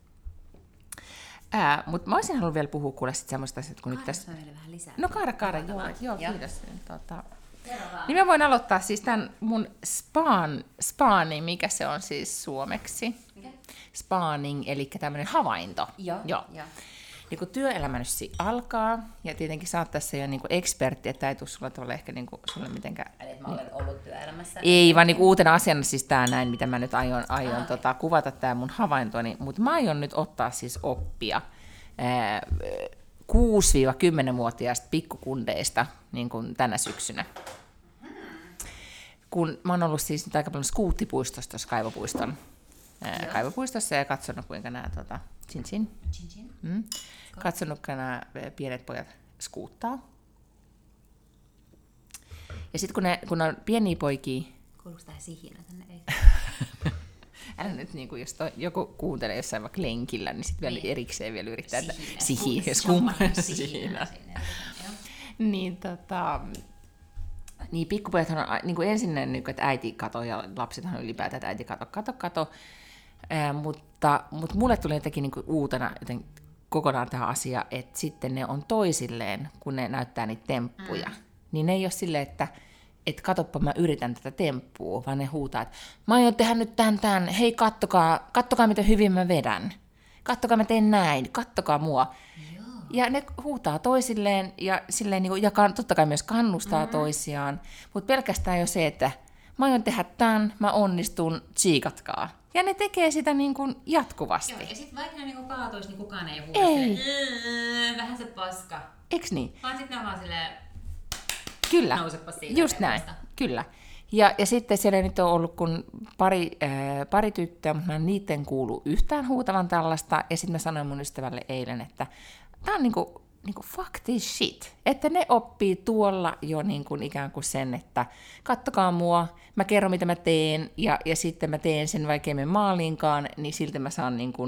Mutta mä olisin halunnut vielä puhua kuule sit semmoista asiat, kun nyt tässä... vähän lisää. No kaada, joo, kiitos. Niin mä voin aloittaa siis tämän mun spaanin, mikä se on siis suomeksi. Mikä? Spaaning, eli tämmöinen havainto. Joo. Niin kun työelämä nyt alkaa, ja tietenkin sä oot tässä jo niinku ekspertti, että ei tule sulla tavalla ehkä niinku sulle mitenkään... Eli mä olen ollut työelämässä. Ei, vaan niinku uutena asiana siis tää näin, mitä mä nyt aion kuvata tää mun havaintoni, mutta mä aion nyt ottaa siis oppia 6-10-vuotiaista pikkukundeista niin kuin tänä syksynä. Kun mä oon ollut siis nyt aika paljon skuuttipuistossa tuossa kaivopuistossa ja katsonut, kuinka nämä katsonut, kuinka nämä pienet pojat skuuttaa. Ja sitten kun on pieniä poikia... Kuuluuko tää sihinä tänne? Ei. Älä nyt, niin kuin, jos joku kuuntelee jossain vaikka lenkillä, niin sitten vielä erikseen vielä yrittää, että sihinä. Niin pikkupojathan on niin kuin ensin, niin kuin, että äiti kato, ja lapsethan on ylipäätään, että äiti kato. Mutta mulle tuli jotenkin niin kuin uutena kokonaan tähän asia, että sitten ne on toisilleen, kun ne näyttää niitä temppuja. Niin ne ei ole silleen, että katoppa mä yritän tätä temppua, vaan ne huutaa, että mä aion tehdä nyt tämän, hei kattokaa miten hyvin mä vedän. Kattokaa mä teen näin, kattokaa mua. Joo. Ja ne huutaa toisilleen ja silleen, ja totta kai myös kannustaa toisiaan, mutta pelkästään jo se, että mä aion tehdä tämän, mä onnistun, tsiikatkaa. Ja ne tekee sitä niin kuin jatkuvasti. Joo, ja sitten vaikka ne niin kaatuisi, niin kukaan ei huuda vähän se paska. Eiks niin? Vaan sitten ne on vaan silleen... Kyllä, just näin, kyllä. Ja sitten siellä nyt on ollut kun pari tyttöä, mutta mä en niiden kuulu yhtään huutavan tällaista. Ja sitten mä sanoin mun ystävälle eilen, että tää on niinku fuck this shit. Että ne oppii tuolla jo niinku ikään kuin sen, että kattokaa mua, mä kerron mitä mä teen, ja sitten mä teen sen, vaikka ei mene maaliinkaan, niin silti mä saan niinku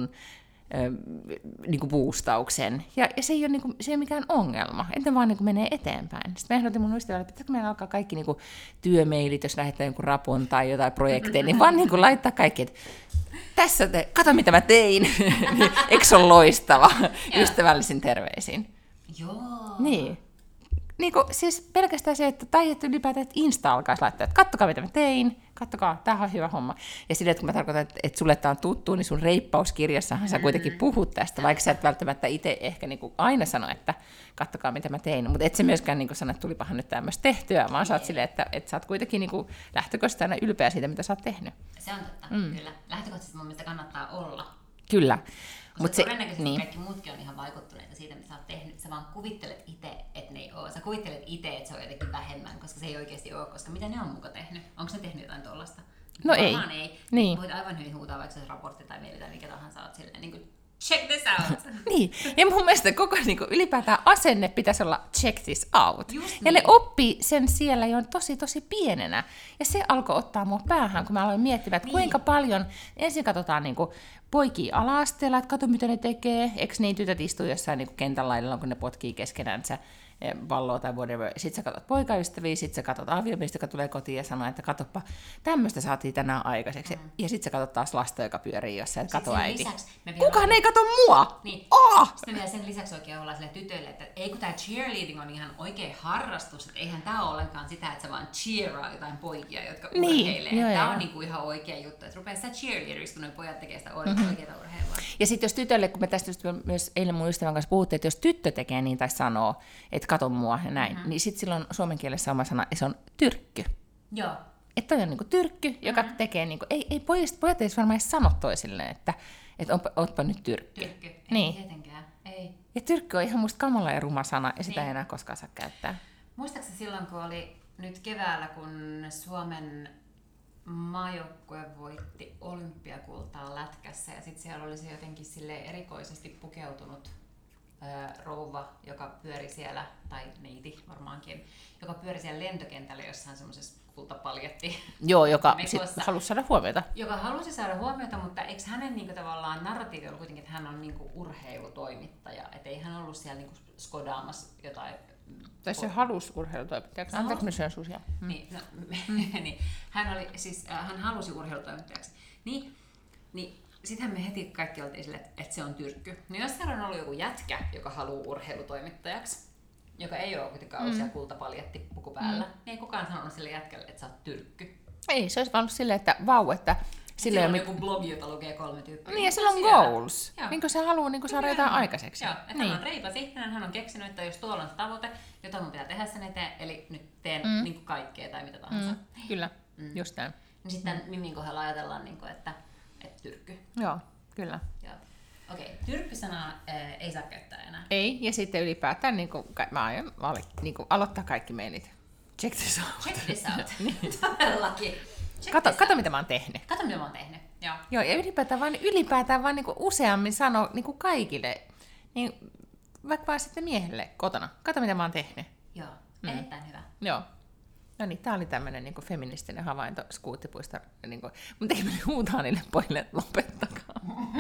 boostauksen. Ja se ei ole mikään ongelma, että ne vaan menee eteenpäin. Sitten mä ehdotin mun ystävälle, että pitäisikö meillä alkaa kaikki työmailit, jos lähettää jonkun rapon tai jotain projekteja, niin vaan laittaa kaikki, että tässä kato mitä mä tein. Eikö se ole loistava? Ystävällisin terveisin. Joo. Niin. Siis pelkästään se, tai että ylipäätään, että Insta alkaisi laittaa, että kattokaa mitä mä tein, kattokaa, tämähän on hyvä homma. Ja sille, että kun mä tarkoitan, että sulle tämä on tuttu, niin sun reippauskirjassahan sä kuitenkin puhut tästä, vaikka sä et välttämättä itse ehkä aina sano, että kattokaa mitä mä tein. Mutta et se myöskään sano, että tulipahan nyt tämmöistä tehtyä, vaan sä oot silleen, että sä oot kuitenkin lähtökohtaisesti aina ylpeä siitä, mitä sä oot tehnyt. Se on totta, kyllä. Lähtökohtaisesti mun mielestä kannattaa olla. Kyllä. Mutta todennäköisesti kaikki muutkin on ihan vaikuttuneita siitä, mitä sä oot tehnyt. Sä vaan kuvittelet itse, että ne ei ole. Sä kuvittelet itse, että se on jotenkin vähemmän, koska se ei oikeasti ole. Koska mitä ne on muka tehnyt? Onko ne tehnyt jotain tollasta? No ei. Niin. Voit aivan hyvin huutaa vaikka se raportti tai mieli tai mikä tahansa oot silleen niin kuin, check this out. Niin. Ja mun mielestä koko ylipäätään asenne pitäisi olla check this out. Just ja niin. ne oppii sen siellä jo tosi pienenä. Ja se alkoi ottaa mua päähän, kun mä aloin miettimään, että kuinka paljon ensin katsotaan poikia ala-asteella, että kato mitä ne tekee. Eikö niin tytöt istuu jossain kentän laidalla, kun ne potkii keskenänsä palloa tai whatever. Sitten sä katsot poikaystäviä, sitten sä katsot aviomiestä, joka tulee kotiin ja sanoo, että katoppa, tämmöistä saatiin tänään aikaiseksi. Ja sitten sä katsot taas lasta, joka pyörii jossain, että kato äiti. Kukaan ei kato mua! Niin. Sitten vielä sen lisäksi oikein ollaan sille tytölle, että ei kun tää cheerleading on ihan oikea harrastus, että eihän tää ole ollenkaan sitä, että sä vaan cheeraa jotain poikia, jotka urheilee. Tää on ihan oikea juttu, että rupeaa sitä cheerleaderista, kun noi pojat tekee sitä oikeaa urheilua. Ja sitten jos tytölle, kun me tästä myös eilen mun ystävän kanssa puhuttiin, että jos tyttö tekee niin tai sanoo, että kato mua ja näin, niin sitten silloin suomen kielessä oma sana, ja se on tyrkky. Joo. Että toi on tyrkky, joka tekee, ei pojat ei varmaan edes sano toisilleen, että ootpa nyt tyrkky. Tyrkky, ei niin. tietenkään, ei. Ja tyrkky on ihan musta kamala ja ruma sana, ja sitä ei enää koskaan saa käyttää. Muistaakseni silloin, kun oli nyt keväällä, kun Suomen maajoukkue voitti olympiakultaa lätkässä, ja sitten siellä oli se jotenkin erikoisesti pukeutunut rouva, joka pyöri siellä, tai neiti varmaankin, joka pyöri siellä lentokentällä jossain semmoisessa kultapaljetti. Joo, joka mekossa, halusi saada huomiota. Joka halusi saada huomiota, mutta eikö hänen niin kuin, tavallaan narratiivi ollut kuitenkin, että hän on niin kuin, urheilutoimittaja, että ei hän ollut siellä niin kuin, skodaamassa jotain. Tai se halusi urheilutoimittajaksi. Anteeksi, mä syön susia. Niin, no, niin. Hän halusi urheilutoimittajaksi. Niin sittenhän me heti kaikki oltiin sille, että se on tyrkky. No jos siellä on ollut joku jätkä, joka haluaa urheilutoimittajaksi, joka ei ole kuitenkaan ollut siellä kultapaljettipuku päällä, niin ei kukaan sanonut sille jätkälle, että sä oot tyrkky. Ei, se olisi vaan ollut silleen, että vau, että... Sillä on joku blogi, jota lukee 3 tyyppiä. Niin, ja sillä on goals. Niin kuin se haluaa niin saada jotain aikaiseksi. Joo, että hän on reipas ihminen, hän on keksinyt, että jos tuolla on se tavoite, jota mun pitää tehdä sen eteen, eli nyt teen niin kuin kaikkea tai mitä tahansa. Kyllä, just näin. Niin sitten Mimin kohdalla ajatellaan, niin kuin, että tyrkky. Joo, kyllä. Okei, tyrkky-sanaa ei saa käyttää enää. Ei, ja sitten ylipäätään mä aion aloittaa kaikki meilit. Check this out. Check this out. Todellakin. Kato, mitä mä oon tehnyt. Kato, mitä mä oon tehnyt. Joo. Joo, ja ylipäätään vaan niinku useammin sano niinku kaikille, niin vaikka vaan sitten miehelle kotona. Kato, mitä mä oon tehnyt. Joo, erittäin hyvä. Joo. No niin, tää oli tämmönen niinku feministinen havainto skuuttipuista. Niinku, mun tekee huutaa niille pojille, että lopettakaa.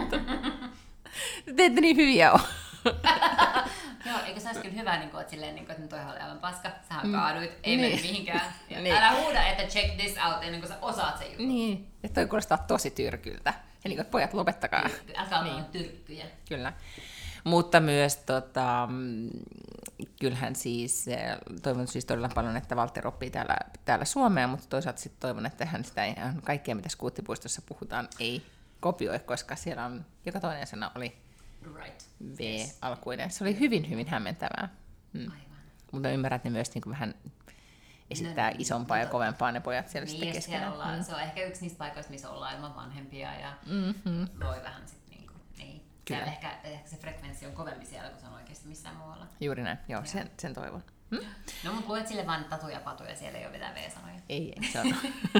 Te ette niin hyviä ole. Joo, eikö se olisi kyllä hyvä, niin kuin, että, silleen, niin kuin, että toi oli aivan paska, sähän kaaduit, ei mene mihinkään. Niin. Älä huuda, että check this out ennen kuin sä osaat sen jutun. Niin, että toi kuulostaa tosi tyrkyltä. Ja niin kuin, pojat, lopettakaa. Älkää olla tyrkkyjä. Kyllä. Mutta myös kyllähän siis, toivon siis todella paljon, että Walter oppii täällä suomea, mutta toisaalta sitten toivon, että hän sitä kaikkea, mitä skuuttipuistossa puhutaan, ei kopioi, koska siellä on, joka toinen sana oli V-alkuinen. Se oli hyvin, hyvin hämmentävää. Aivan. Mutta ymmärrät ne myös niin kuin vähän esittää isompaa ja kovempaa ne pojat siellä sitten keskenään. Se on ehkä yksi niistä paikoista, missä ollaan ilman vanhempia ja voi vähän sitten niin. Ehkä se frekvenssi on kovempi siellä, kun se on oikeasti missään muualla. Juuri näin, joo. Sen toivon. No mutta luet sille vaan tatuja patuja, siellä ei ole mitään V-sanoja. Ei, se on.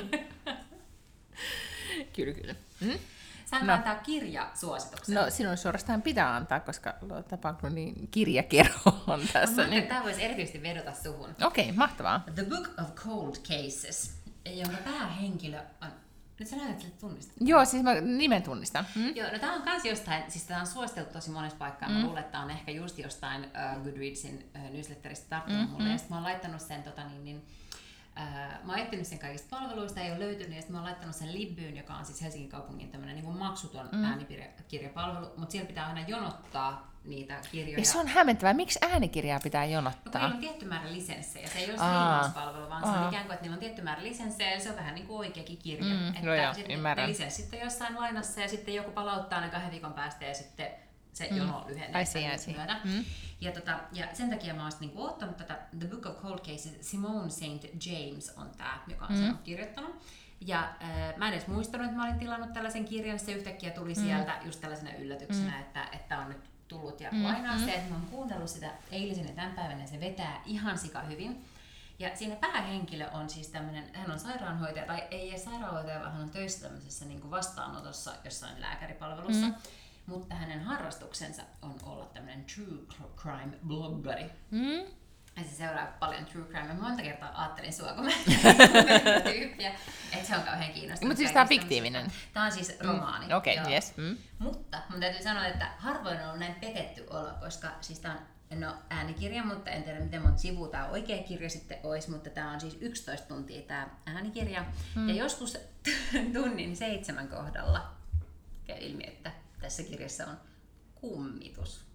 Kyllä. Saanko antaa kirjasuosituksen? No sinun suorastaan pitää antaa, koska Backlundin kirjakerho on tässä. Niin. Tämä voisi erityisesti vedota suhun. Okei, mahtavaa. The Book of Cold Cases, jonka päähenkilö on... Nyt sä näytät sille tunnistaa. Joo, siis mä nimen tunnistan. Joo, no tää on kans jostain, siis tää on suositeltu tosi monessa paikkaa. Mä luulen, että tää on ehkä just jostain Goodreadsin newsletteristä tarttunut mulle. Ja sit mä oon laittanut sen mä oon etsinyt sen kaikista palveluista, ei ole löytynyt, ja sitten mä oon laittanut sen Libbyyn, joka on siis Helsingin kaupungin tämmönen niin kuin maksuton äänikirjapalvelu, mutta siellä pitää aina jonottaa niitä kirjoja. Ja se on hämmentävää. Miksi äänikirjaa pitää jonottaa? No, on tietty määrä lisenssejä. Se ei ole striimauspalvelu, vaan se on ikään kuin, että niillä on tietty määrä lisenssejä, ja se on vähän niin kuin oikeakin kirja. Ne lisenssit on jossain lainassa, ja sitten joku palauttaa ne 2 viikon päästä, ja sitten se jono lyhenee myötä. Ja sen takia mä oon niinku ottanut tätä The Book of Cold Cases. Simone St. James on tää, joka on sen kirjoittanut. Ja mä en edes muistanut, että mä olin tilannut tällaisen kirjan. Se yhtäkkiä tuli sieltä just tällaisena yllätyksenä, että on nyt tullut ja lainaa se. Että mä oon kuunnellut sitä eilisen ja tämän päivän, ja se vetää ihan sika hyvin. Ja siinä päähenkilö on siis tämmöinen, hän on sairaanhoitaja, tai ei edes sairaanhoitaja, vaan hän on töissä tämmöisessä niin kuin vastaanotossa jossain lääkäripalvelussa. Mutta hänen harrastuksensa on olla tämmöinen true crime-bloggari. Ja se seuraa paljon true crime. Mä monta kertaa ajattelin sua, kun mä tyyppiä, että se on kauhean kiinnostavaa. Mutta siis tää on fiktiivinen? Tää on siis romaani. Okei, yes. Mutta mun täytyy sanoa, että harvoin on ollut näin petetty olo, koska siis tää on äänikirja, mutta en tiedä miten monta sivua tää oikea kirja sitten olisi, mutta tää on siis 11 tuntia tää äänikirja. Ja joskus tunnin 7 kohdalla käy ilmi, että tässä kirjassa on kummitus.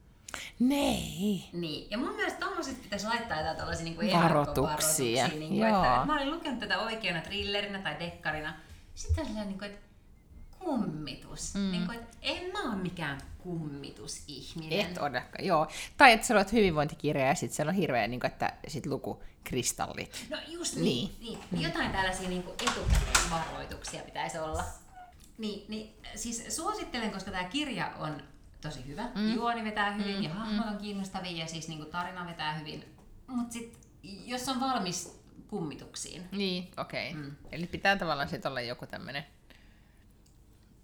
Niin. Ja mun mielestä tommoset pitäisi laittaa jotain tällaisia niin varoituksia. Niin että mä olin lukenut tätä oikeana thrillerinä tai dekkarina. Sitten on sellainen, että kummitus. Niin kuin, että en mä ole mikään kummitusihminen. Et odakaan, joo. Tai että sä luet hyvinvointikirjaa ja sit siellä on hirveä, niin kuin, että sit luku kristallit. No just niin. Jotain tällaisia niin etukäteen varoituksia pitäisi olla. Niin, siis suosittelen, koska tämä kirja on tosi hyvä. Juoni vetää hyvin ja hahmot on kiinnostavia ja siis niinku tarina vetää hyvin. Mutta sitten jos on valmis kummituksiin. Niin, okei. Eli pitää tavallaan sitten olla joku tämmöinen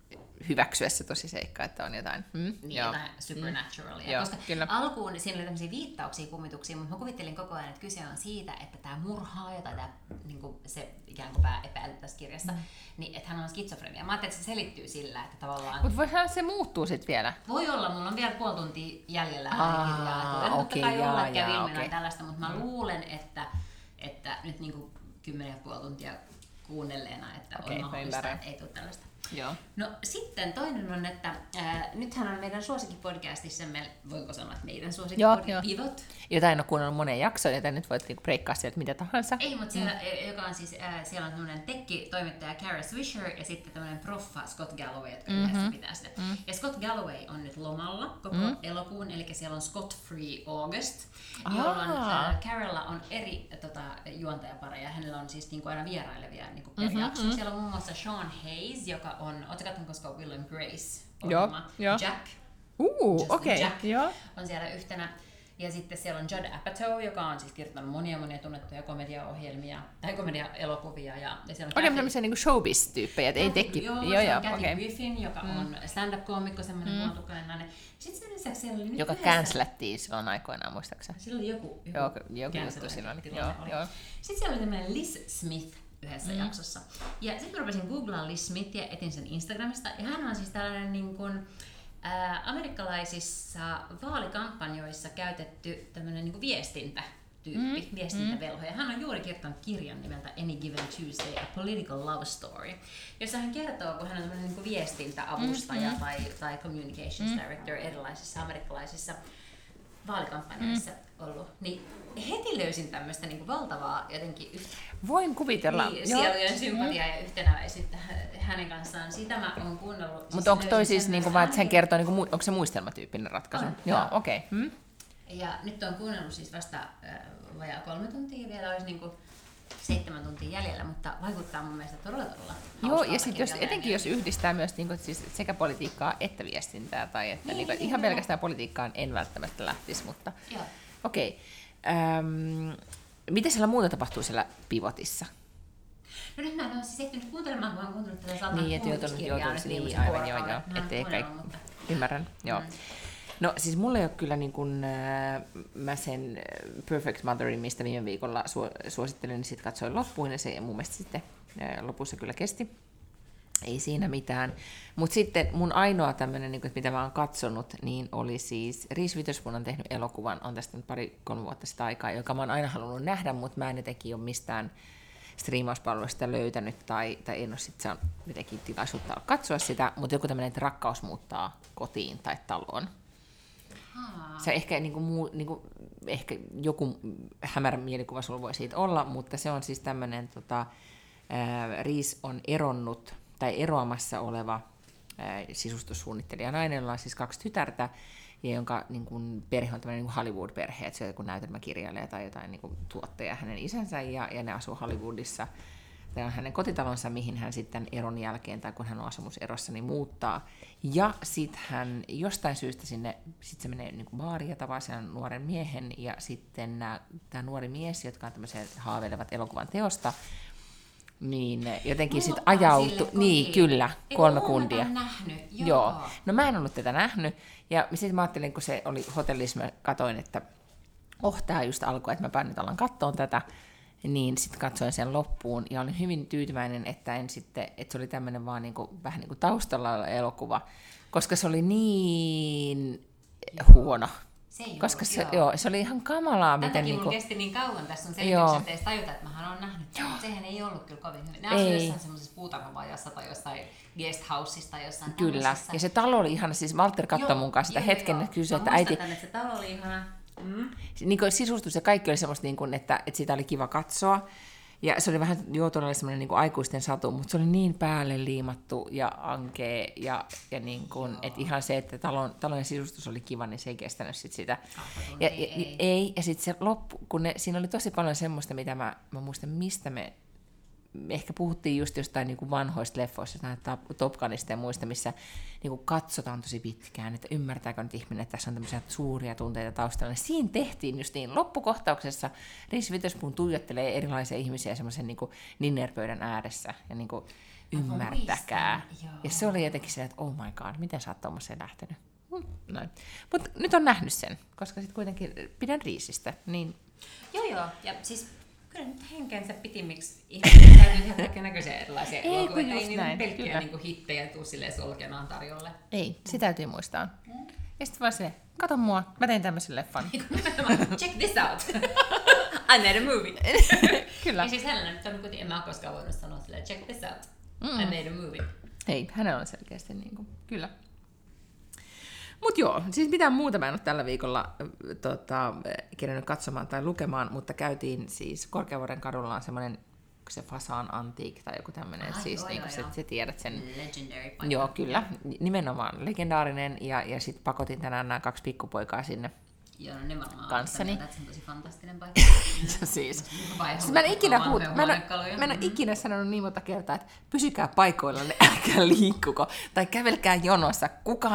hyväksyä se tosiseikka, että on jotain. Jotain supernaturalia. Koska kyllä. alkuun siinä oli tämmöisiä viittauksia kummituksiin, mutta mä kuvittelin koko ajan, että kyse on siitä, että tämä murhaaja tai tämä, niin se ikään kuin pääepäily tässä kirjassa, niin että hän on skitsofrenia. Mä ajattelin, että se selittyy sillä, että tavallaan... Mutta voihan se muuttuu sitten vielä. Voi olla, mulla on vielä puoli tuntia jäljellä äänikirjaa. Totta kai olla, että kävi ilmenään tällaista, mutta mä luulen, että nyt niin kuin 10,5 tuntia kuunnelleena, että on mahdollista, että ei tule tällaista. Joo. No sitten toinen on, että nythän on meidän suosikkipodcastissamme, voinko sanoa, että meidän suosikkipodcast Pivot. Jota en ole kuunnellut moneen jaksoon, joten nyt voit niinku breikkaa sieltä mitä tahansa. Ei, mutta siellä, joka on siis, siellä on tämmöinen tekki-toimittaja Kara Swisher ja sitten tämmöinen proffa Scott Galloway, jotka yhdessä pitää sitä. Ja Scott Galloway on nyt lomalla koko elokuun, eli siellä on Scott Free August, jolloin Caralla on eri juontajapareja. Hänellä on siis niinku aina vierailevia niinku per jakso. Siellä on muun muassa Sean Hayes, joka on, ootko katsonut koskaan Will and Grace -ohjelma? Jack. Okei. Jack on siellä yhtenä. Ja sitten siellä on Judd Apatow, joka on siis kirjoittanut monia tunnettuja komediaohjelmia, tai komedia-elokuvia. Ja siellä on tämmöisiä niinku showbiz-tyyppejä, että ei tekki. Joo, Kathy Griffin, joka on stand-up-koomikko, semmoinen huontukkainen nainen. Sitten sen lisäksi siellä oli nyt joka cancelattiin silloin aikoinaan, muistaakseni. Siellä oli joku juttu silloin. Joo. Sitten siellä oli tämmöinen Liz Smith yhdessä jaksossa. Ja sitten rupesin googlaamaan Liz Smithia, etin sen Instagramista. Ja hän on siis tällainen niin kuin, amerikkalaisissa vaalikampanjoissa käytetty tämmöinen niin kuin viestintätyyppi, viestintävelho. Ja hän on juuri kirjoittanut kirjan nimeltä Any Given Tuesday, A Political Love Story, jossa hän kertoo, kun hän on tämmöinen niin kuin viestintäavustaja tai communications director erilaisissa amerikkalaisissa vaalikampanjoissa ollut, niin heti löysin tämmöistä niin kuin valtavaa jotenkin voin kuvitella. Sielujen sympatiaa ja yhtenäväisyyttä hänen kanssaan. Sitä mä oon kuunnellut. Mutta onko toi siis, niinku, vaan, että hän kertoo, niinku, onko se muistelmatyyppinen ratkaisu? Joo, okei. Ja nyt on kuunnellut siis vasta vajaa 3 tuntia, vielä olisi niinku 7 tuntia jäljellä, mutta vaikuttaa mun mielestä todella Joo, ja sitten etenkin jos yhdistää myös niinku, siis sekä politiikkaa että viestintää, tai että niin, ihan pelkästään politiikkaan en välttämättä lähtisi, mutta okei. Mitä siellä muuta tapahtuu siellä Pivotissa? No nyt mä en ole siis ehtinyt kuuntelemaan, kun olen kuunnellut tätä Saltan kuulutuskirjaa. Niin, aivan, joo. Ettei kaikki. Ymmärrän, joo. No siis mulla ei ole kyllä niin kuin, mä sen Perfect Motherin, mistä viime viikolla suosittelin, niin sitten katsoin loppuun, ja se mun mielestä sitten lopussa kyllä kesti. Ei siinä mitään. Mutta sitten mun ainoa tämmöinen, niin mitä mä oon katsonut, niin oli siis Reese Witherspoon on tehnyt elokuvan, on tästä nyt 2-3 vuotta sitä aikaa, joka mä oon aina halunnut nähdä, mutta mä en jotenkin ole mistään striimauspalveluista löytänyt, tai en ole sitten saanut jotenkin tilaisuutta katsoa sitä, mutta joku tämmöinen, että rakkaus muuttaa kotiin tai taloon. Se ehkä, ehkä joku hämärä mielikuva sulla voi siitä olla, mutta se on siis tämmöinen, Reese on eronnut, tai eroamassa oleva sisustussuunnittelija nainen, jolla on siis 2 tytärtä, ja jonka niin kuin, perhe on tämmöinen niin Hollywood-perhe, että se on joku näytelmäkirjailija tai jotain niin kuin, tuottaja hänen isänsä, ja ne asuu Hollywoodissa. Tämä on hänen kotitalonsa, mihin hän sitten eron jälkeen, tai kun hän on asumuserossa, niin muuttaa. Ja sitten hän jostain syystä sinne, sitten se menee niin kuin baariin ja tapaa sen nuoren miehen, ja sitten tämä nuori mies, jotka on tämmöisiä haaveilevat elokuvan teosta, niin jotenkin sitten ajautui, niin kyllä, 3 kundia. Nähnyt, joo. No mä en ollut tätä nähnyt, ja sitten mä ajattelin, kun se oli hotellissa, mä katsoin, että tää just alkoi, että mä nyt alan katsoa tätä, niin sitten katsoin sen loppuun, ja olin hyvin tyytyväinen, että se oli tämmöinen vaan niinku, vähän niin kuin taustalla elokuva, koska se oli niin huono. Koska se oli ihan kamalaa. Tätäkin mulla kesti niin kauan tässä sun selityksessä, ettei tajuta, että mähän olen nähnyt. Sehän ei ollut kyllä kovin hyvin. Ne asuivat jossain semmoisessa puutarhavajassa tai jossain guest houseissa tai jossain kyllä, tämmöisessä. Ja se talo oli ihana, siis Walter katsoi mun kanssa sitä hetken, että kysyi, että äiti... Mä muistan, että se talo oli ihana. Niin sisustus ja kaikki oli semmoista, niin kuin, että sitä oli kiva katsoa. Ja se oli vähän todella semmoinen niin kuin aikuisten satu, mutta se oli niin päälle liimattu ja ankea. Ja niin kuin, että ihan se, että talon sisustus oli kiva, niin se ei kestänyt sit sitä. Ja sitten se loppu, kun siinä oli tosi paljon semmoista, mitä mä muistan, mistä me ehkä puhuttiin just jostain niin kuin vanhoista leffoista, Top Gunista ja muista, missä niin kuin katsotaan tosi pitkään, että ymmärtääkö nyt ihminen, että tässä on tämmöisiä suuria tunteita taustalla. Siinä tehtiin just niin. Loppukohtauksessa Reese Witherspoon tuijottelee erilaisia ihmisiä semmoisen niin kuin ninnerpöydän ääressä. Ja niin kuin, ymmärtäkää. Ja se oli jotenkin se, että oh my god, miten sä oot tommoseen lähtenyt? Noin. Mutta nyt on nähnyt sen, koska sitten kuitenkin pidän riisistä. Niin... Joo, ja siis kyllä nyt henkeensä pitimiksi ihmiset täytyy tehdä kaikennäköisiä erilaisia elokuvia. Ei niitä pelkkiä niinku hittejä tuu silleen solkenaan tarjolle. Ei, se täytyy muistaa. Ja sitten vaan se, kato mua, mä tein tämmöisen leffan. Check this out! I made a movie! Kyllä. Ja siis hänellä nyt on kuitenkin, en mä ole koskaan voinut sanoa silleen, check this out! I made a movie. Ei, hänellä on selkeästi niinku, kyllä. Mut joo, siis mitään muuta mä en ole tällä viikolla kirjannut katsomaan tai lukemaan, mutta käytiin siis Korkeavuoren kadulla on semmoinen se Fasaan Antique tai joku tämmöinen, siis niin kuin sä tiedät sen. Legendary paikka. Joo, kyllä, nimenomaan legendaarinen ja sitten pakotin tänään nämä 2 pikkupoikaa sinne. Joo, no nimenomaan. Kanssani. Tämä on tosi fantastinen paikka. siis mä en ole ikinä sanonut niin monta kertaa, että pysykää paikoillanne, älkää liikkuko. Tai kävelkää jonossa.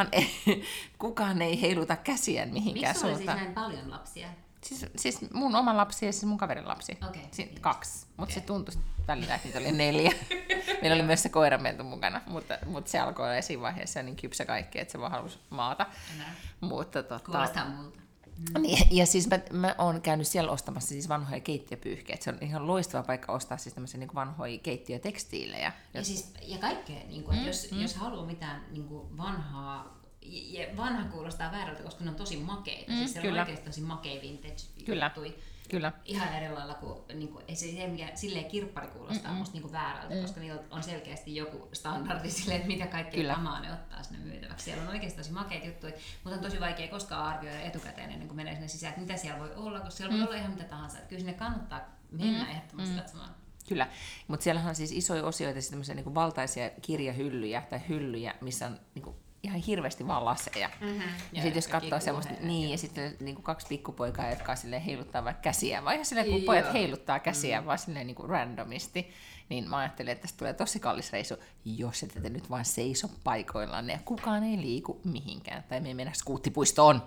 Kukaan ei heiluta käsiään mihinkään suuntaan. suuntaan. Miksi sulla oli siis näin paljon lapsia? Siis mun oma lapsi ja siis mun kaverin lapsi. Okay, 2. Mutta se tuntui välillä, että niitä oli 4. Meillä oli myös se koirameltu mukana, mutta se alkoi olla siinä vaiheessa niin kypsä kaikki, että se vaan halusi maata. Mutta, kuulostaa multa. Niin, ja siis mä oon käynyt siellä ostamassa siis vanhoja keittiöpyyhkeitä. Se on ihan loistava paikka ostaa siis tämmöisiä niin vanhoja keittiötekstiilejä. Ja kaikkea, niin kuin, jos haluaa mitään niin kuin vanhaa, ja vanha kuulostaa väärältä, koska ne on tosi makeita. Siis se on oikeasti tosi makea vintage-juttui. Kyllä. Ihan eri lailla kuin ei se mikä silleen kirppari kuulostaa musta niinku väärältä, koska niillä on selkeästi joku standardi silleen, että mitä kaikkea kamaa ne ottaa sinne myytäväksi. Siellä on oikeasti tosi makeita juttuja, mutta on tosi vaikea koskaan arvioida etukäteen ennen kuin menee sinne sisään, että mitä siellä voi olla, koska siellä voi olla ihan mitä tahansa. Että kyllä sinne kannattaa mennä ehdottomasti katsomaan. Kyllä, mutta siellähän on siis isoja osioita, siis tämmöisiä niinku valtaisia kirjahyllyjä tai hyllyjä, missä on niinku ihan hirveästi vaan laseja. Ja sitten jos katsoo semmoista, ja sitten niinku 2 pikkupoikaa, jotka silleen heiluttaa vaikka käsiä, vai ihan silleen, kun pojat heiluttaa käsiä vaan silleen niinku randomisti, niin mä ajattelin, että tästä tulee tosi kallis reisu, jos ette nyt vaan seiso paikoillanne ja kukaan ei liiku mihinkään, tai me ei mennä skuuttipuistoon.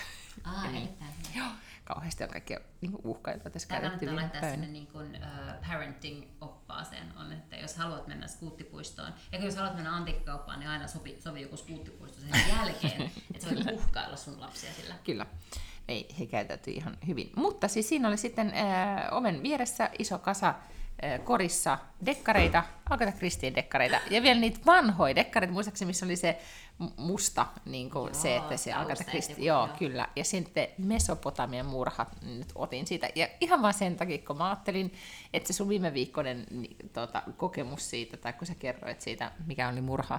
Joo, kauheasti on kaikkia niinku uhkailua tässä käytetty. Tämä kannattaa laittaa sinne niin parenting-oppaaseen on, että jos haluat mennä skuuttipuistoon, ja jos haluat mennä antiikkikauppaan, niin aina sovi joku skuuttipuisto sen jälkeen, että sä voit uhkailla sun lapsia sillä. Kyllä. Ei, he käytäytyi ihan hyvin. Mutta siis siinä oli sitten oven vieressä iso kasa korissa dekkareita, Agatha Christien dekkareita, ja vielä niitä vanhoja dekkareita, muistaakseni missä oli se musta, niin kuin se, että se Agatha Christie, joo, kyllä, ja sitten Mesopotamian murhat, nyt otin siitä, ja ihan vaan sen takia, kun mä ajattelin, että se sun viime viikkoinen kokemus siitä, tai kun sä kerroit siitä, mikä oli murha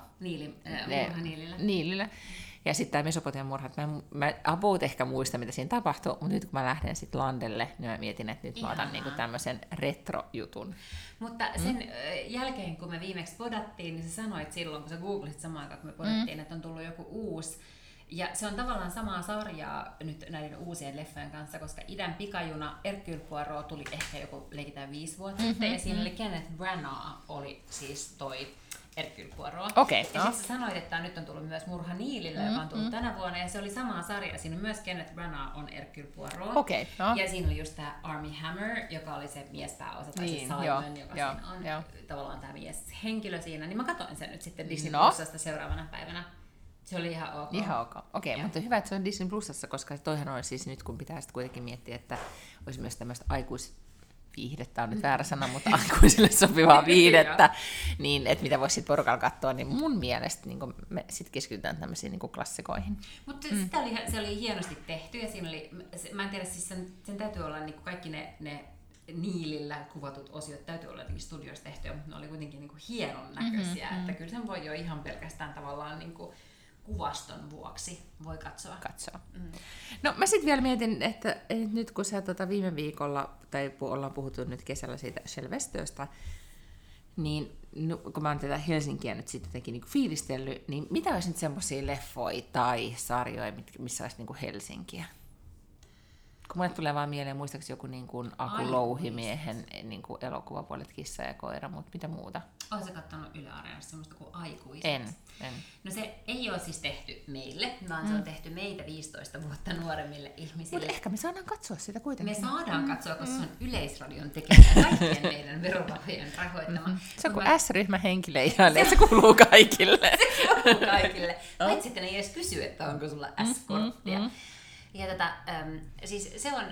Niilillä, ja sitten tämä Mesopotamian murhat, mä about ehkä muista, mitä siinä tapahtui, mutta nyt kun mä lähden sitten landelle, niin mä mietin, että nyt mä otan niinku tämmöisen retrojutun. Mutta sen jälkeen, kun me viimeksi podattiin, niin sä sanoit silloin, kun sä googlit samaan aikaan, kun me podattiin, että on tullut joku uusi. Ja se on tavallaan samaa sarjaa nyt näiden uusien leffojen kanssa, koska Idän pikajuna Hercule Poirot tuli ehkä joku leikitään 5 vuotta sitten, ja siinä oli Kenneth Branagh, oli siis toi Hercule Poirot. Okay, ja sitten sä sanoit, että nyt on tullut myös Murha Niilillä, joka on tullut tänä vuonna, ja se oli samaa sarjaa. Siinä myös Kenneth Branagh on Hercule Poirot. Okay, no. Ja siinä oli just tää Armie Hammer, joka oli se miespääosa, tai se Simon, joka siinä on tavallaan tämä mieshenkilö siinä. Niin mä katsoin sen nyt sitten Disney Plusasta seuraavana päivänä. Se oli ihan ok. Ihan ok. Okei, mutta hyvä, että se on Disney Plusassa, koska toihan on siis nyt, kun pitää sitten kuitenkin miettiä, että olisi myös tämmöistä viihdettä on nyt väärä sana, mutta aikuisille sopivaa viihdettä, niin että mitä voisi sitten porukalla katsoa, niin mun mielestä niin me sitten keskitytään tämmöisiin niin klassikoihin. Mutta se oli hienosti tehty, ja siinä oli, mä en tiedä, siis sen täytyy olla niin kaikki ne Niilillä kuvatut osiot täytyy olla jotenkin studioissa tehtyä, mutta ne oli kuitenkin niin hienon näköisiä, että kyllä sen voi jo ihan pelkästään tavallaan niin kuvaston vuoksi voi katsoa. No mä sitten vielä mietin, että nyt kun sä viime viikolla, tai ollaan puhuttu nyt kesällä siitä Sylvesterstä, niin kun mä oon tätä Helsinkiä nyt sitten jotenkin niin fiilistellyt, niin mitä olisi nyt semmoisia leffoja tai sarjoja, missä olisi niin Helsinkiä? kun mulle tulee vaan mieleen muistaakseni joku niin kuin Aku Louhimiehen niin kuin elokuvapuolet Kissa ja koira, mutta mitä muuta? Oletko sä kattonut Yle Areenassa semmoista kuin Aikuiset? En. No se ei ole siis tehty meille, vaan se on tehty meitä 15 vuotta nuoremmille ihmisille. Mutta ehkä me saadaan katsoa sitä kuitenkin. Me saadaan katsoa, koska se on Yleisradion tekemä ja kaikkien meidän verovarojen rahoittama. Se on kuin S-ryhmän henkileijalle, se kuuluu kaikille. Se kuuluu kaikille. Paitsi että ne ei edes kysy, että onko sulla S-korttia. Ja siis se on...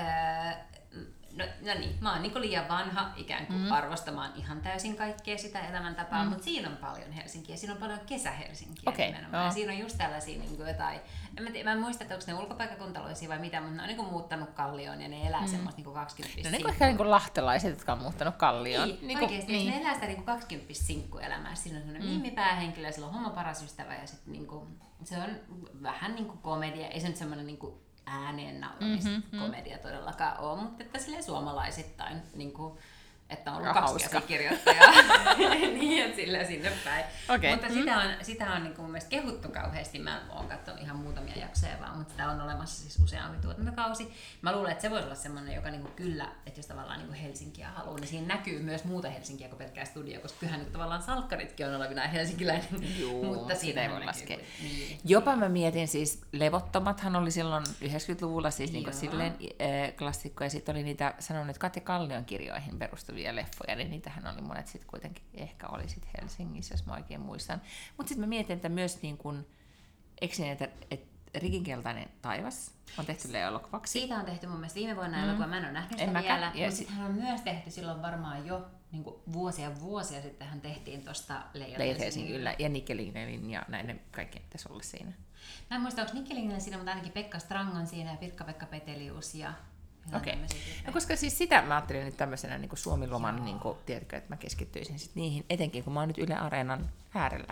No niin, mä oon niin liian vanha ikään kuin arvostamaan ihan täysin kaikkea sitä elämäntapaa, mutta siinä on paljon Helsinkiä, siinä on paljon kesä-Helsinkiä nimenomaan. Ja siinä on just tällaisia niin kuin jotain, mä en muista, että onko ne ulkopaikkakuntalaisia vai mitä, mutta ne on niin kuin muuttanut Kallioon ja ne elää semmoista niin 20 No ne on ehkä niin kuin lahtelaiset, jotka on muuttanut Kallioon. Niin oikeasti, niin. Ne elää sitä niin 20 sinkkuelämää. Siinä on semmoinen mimmipäähenkilö ja sillä on homo paras ystävä ja sitten niin kuin, se on vähän niin kuin komedia, ei se nyt semmoinen niin kuin ääneen nauramiskomedia todellakaan ole, mutta että silleen suomalaisittain, niin kuin, että on ollut 2 käsikirjoittajaa, niin että silleen sinne päin. Okay. Mutta sitä on niin kuin mun mielestä kehuttu kauheasti, mä oon katsonut ihan muutamia jaksoja vaan, mutta sitä on olemassa siis useampi tuotantokausi. Mä luulen, että se voisi olla semmoinen, joka niin kuin kyllä, että jos tavallaan niin kuin Helsinkiä haluaa, niin siinä näkyy myös muuta Helsinkiä kuin pelkkää studio, koska kyllähän nyt tavallaan salkkaritkin on olevinaan helsinkiläinen. Juu, mutta siitä ei voi laskea. Niin. Jopa mä mietin siis, Levottomathan oli silloin 90-luvulla siis niin kuin silleen klassikko, ja sitten oli niitä, sanon nyt Katja Kallion kirjoihin perustuvia leffoja, niin niitähän oli monet sitten kuitenkin, ehkä oli sitten Helsingissä, jos mä oikein muistan. Mutta sitten mä mietin, että myös niin kuin, eikö niin, että Rikin keltainen taivas on tehty elokuvaksi? Siitä on tehty mun mielestä viime vuonna elokuva, mä en ole nähnyt sitä vielä, mutta sitten hän on myös tehty silloin varmaan jo niin kuin vuosia sitten hän tehtiin tuosta Leijat Helsingillä ja Nikke Lingelin ja näiden kaikkien pitäisi olla siinä. Mä en muista, onko Nikke Lingelin siinä, mutta ainakin Pekka Strang on siinä ja Pirkka-Pekka Petelius ja okei. No koska siis sitä mä ajattelin nyt tämmöisenä niin kuin Suomi-loman, niin kuin, tiedätkö, että mä keskittyisin sit niihin, etenkin kun mä oon nyt Yle Areenan äärellä.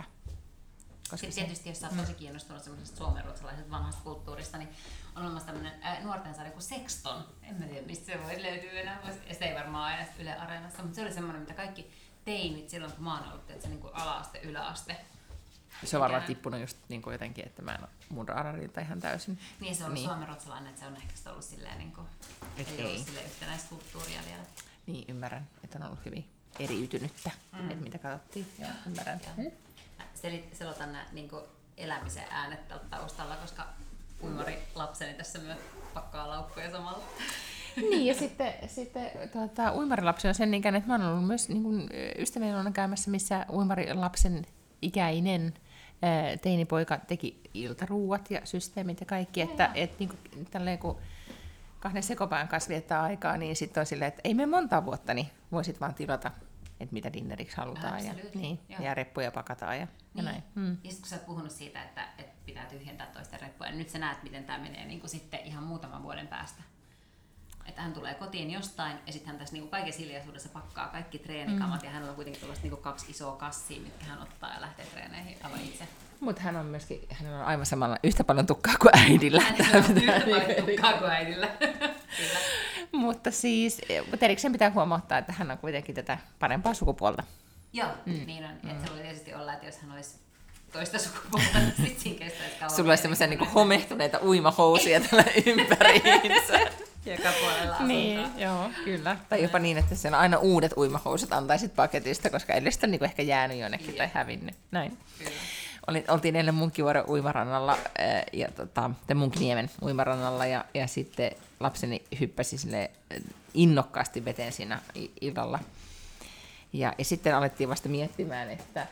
Koska tietysti jos sä oot tosi kiinnostunut semmoisesta suomenruotsalaisesta vanhasta kulttuurista, niin on olemassa tämmöinen nuorten sarja kuin Sexton. En mä tiedä, mistä se voi löytyä enää, ja sitä ei varmaan aina Yle Areenassa, mutta se oli semmoinen, mitä kaikki teinit silloin, kun mä oon ollut, että se niin kuin ala-aste, yläaste. Se on varmaan tippunut just niin kuin jotenkin, että mä en ole mun radarilta ihan täysin. Niin, se on ollut suomenruotsalainen, että se on ehkä ollut silleen, niin kuin, ei ollut silleen yhtenäistä kulttuuria vielä. Niin, ymmärrän, että on ollut hyvin eriytynyttä, että mitä katsottiin. Joo, ymmärrän. Selotan nämä niin kuin elämisen äänet taustalla, koska uimari-lapseni tässä myös pakkaa laukkoja samalla. Niin, ja sitten uimarilapsi on sen ikäinen, että mä oon ollut myös niin kuin ystävien luona käymässä, missä uimarilapsen ikäinen teinipoika teki iltaruuat ja systeemit ja kaikki, että niin kuin, tälleen kun 2 sekopään kanssa viettää aikaa, niin sitten on silleen, että ei mene monta vuotta, niin voisit vaan tilata, että mitä dinneriksi halutaan ja reppuja pakataan ja näin. Ja sitten kun sä oot puhunut siitä, että pitää tyhjentää toisten reppuja, niin nyt sä näet, miten tämä menee niin kuin sitten ihan muutaman vuoden päästä. Että hän tulee kotiin jostain ja sitten hän tässä niinku kaikessa hiljaisuudessa pakkaa kaikki treenikamat ja hänellä on kuitenkin tuollaista niinku 2 isoa kassia, mitkä hän ottaa ja lähtee treeneihin aivan itse. Mutta hän on myöskin, hänellä on aivan samalla yhtä paljon tukkaa kuin äidillä. Hänellä on yhtä paljon tukkaa kuin äidillä. Mutta siis, erikseen pitää huomauttaa, että hän on kuitenkin tätä parempaa sukupuolta. Joo, niin on. Että se voi tietysti olla, että jos hän olisi toista sukupuolta, niin sitten siinä kestäisi kauan. Sulla olisi semmoisia niinku homehtuneita uimahousuja tällä ympäriinsä. Joka puolella asuntoa. Niin, joo, kyllä. Tai jopa niin, että siellä aina uudet uimahousut antaisit paketista, koska edellistä on niin ehkä jäänyt jonnekin tai hävinnyt. Näin. Kyllä. Oltiin eilen Munkkivuoren uimarannalla, Munkkiniemen uimarannalla, ja sitten lapseni hyppäsi sille innokkaasti veteen siinä illalla. Ja sitten alettiin vasta miettimään, että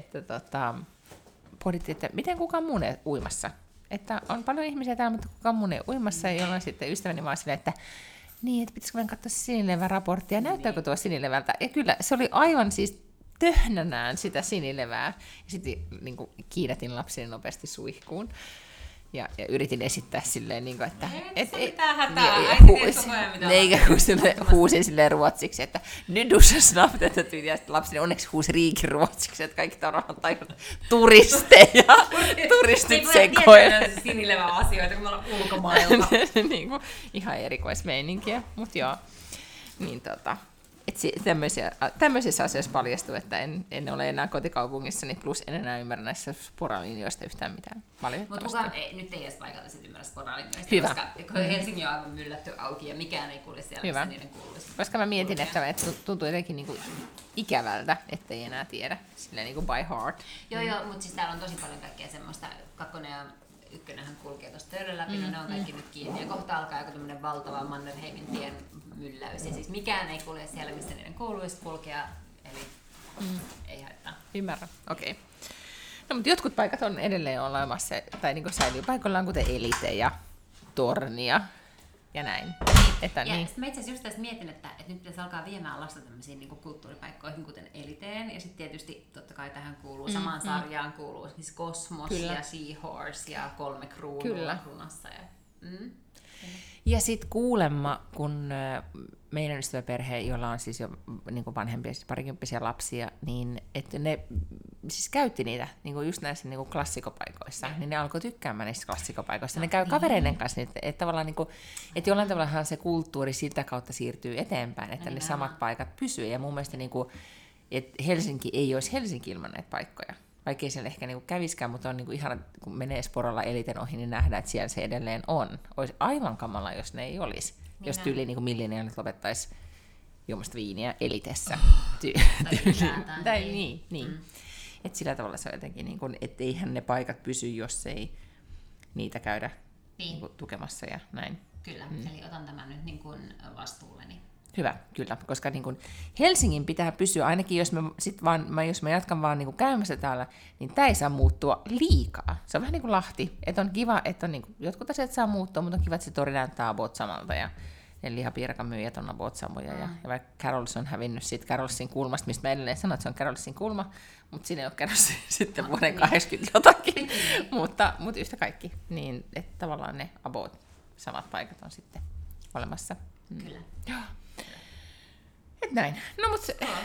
pohdittiin, että miten kukaan muun ei uimassa. Että on paljon ihmisiä täällä, mutta kukaan mun ei uimassa, jolloin sitten ystäväni vaan silleen, että niin, että pitäisikö meidän katsoa sinilevän raporttia, näyttääkö tuo sinilevältä? Ja kyllä se oli aivan siis töhnänään sitä sinilevää. Ja sitten niin kiidätin lapseni nopeasti suihkuun. Ja yritin esittää silleen, niin kuin, että... Mitä hätää? Eikä huusin silleen ruotsiksi, että nyt dussa snabbt, että tyyliä. Lapseni onneksi huusi riikin ruotsiksi, että kaikki tavallaan tajunnut turisteja. Turistit sekoilevat. Ei voi sinilevä asioita, kun me ollaan ulkomailla. Niin kuin, ihan erikoismeininkiä, mutta joo. Niin Tämmöisissä asioissa paljastuu, että en ole enää kotikaupungissani, plus en enää ymmärrä näissä sporalinjoista yhtään mitään. Mutta kukaan nyt ei edes paikalla sit ymmärrä sporalinjoista, hyvä. koska Helsinki on aivan myllätty auki ja mikään ei kuule siellä, missä niiden kuuluisi. Koska mä mietin, että tuntuu jotenkin niinku ikävältä, ettei enää tiedä, silleen niinku by heart. Joo, mutta siis täällä on tosi paljon kaikkea semmoista, 2 ja 1 kulkee tuosta töiden läpi, ne on kaikki nyt kiinni, ja kohta alkaa joku tämmöinen valtava Mannerheimin tien mylläys, ja siis mikään ei kulje siellä, missä niiden kuuluisi kulkea, eli ei haittaa. Ymmärrän, okei. No, mutta jotkut paikat on edelleen olemassa, tai niinku säilyy paikoillaan, kuten Elite ja Tornia ja näin. Että ja niin. mä itse asiassa just tästä mietin, että nyt pitäisi alkaa viemään lasta tämmöisiin niin kulttuuripaikkoihin, kuten Eliteen, ja sitten tietysti totta kai tähän kuuluu, samaan sarjaan kuuluu siis Kosmos Kyllä. ja Seahorse ja 3 kruunua runassa. Ja sitten kuulemma, kun meidän ystäväperhe, jolla on siis jo niin vanhempia, siis parikymppisiä lapsia, niin että ne siis käytti niitä niin just näissä niin klassikopaikoissa, niin ne alkoi tykkäämään niistä klassikopaikoista. Ne käy kavereiden kanssa, että tavallaan niin kuin, että jollain tavallahan se kulttuuri siltä kautta siirtyy eteenpäin, että ne samat paikat pysyy. Ja mun mielestä, niin kuin, että Helsinki ei olisi Helsinki ilman näitä paikkoja. Vaikka ei siellä ehkä niinku käviskään, mutta on niinku ihana, kun menee Sporalla Eliten ohi, niin nähdään, että siellä se edelleen on. Olisi aivan kamala, jos ne ei olisi. Niin jos tyyli niinku milleniaalit lopettaisi juomasta viiniä Elitessä. Tai niin. Et sillä tavalla se on jotenkin, niinku, että eihän ne paikat pysy, jos ei niitä käydä niinku tukemassa ja näin. Kyllä, eli otan tämän nyt niin kuin vastuulleni. Hyvä, kyllä, koska niin kun Helsingin pitää pysyä, ainakin jos mä jatkan vaan niin käymässä täällä, niin tämä ei saa muuttua liikaa. Se on vähän niin kuin Lahti, että on kiva, että on niin kuin, jotkut asiat saa muuttua, mutta on kiva, että se tori näyttää about samalta ja ne lihapiirakamyyjät on about samoja. Ja vaikka Carols on hävinnyt siitä Carolsin kulmasta, mistä mä edelleen sanon, että se on Carolsin kulma, mutta siinä ei ole käynyt sitten vuoden 80 jotakin, mutta yhtä kaikki, niin että tavallaan ne about samat paikat on sitten olemassa. Kyllä. Joo. Et näin. No mut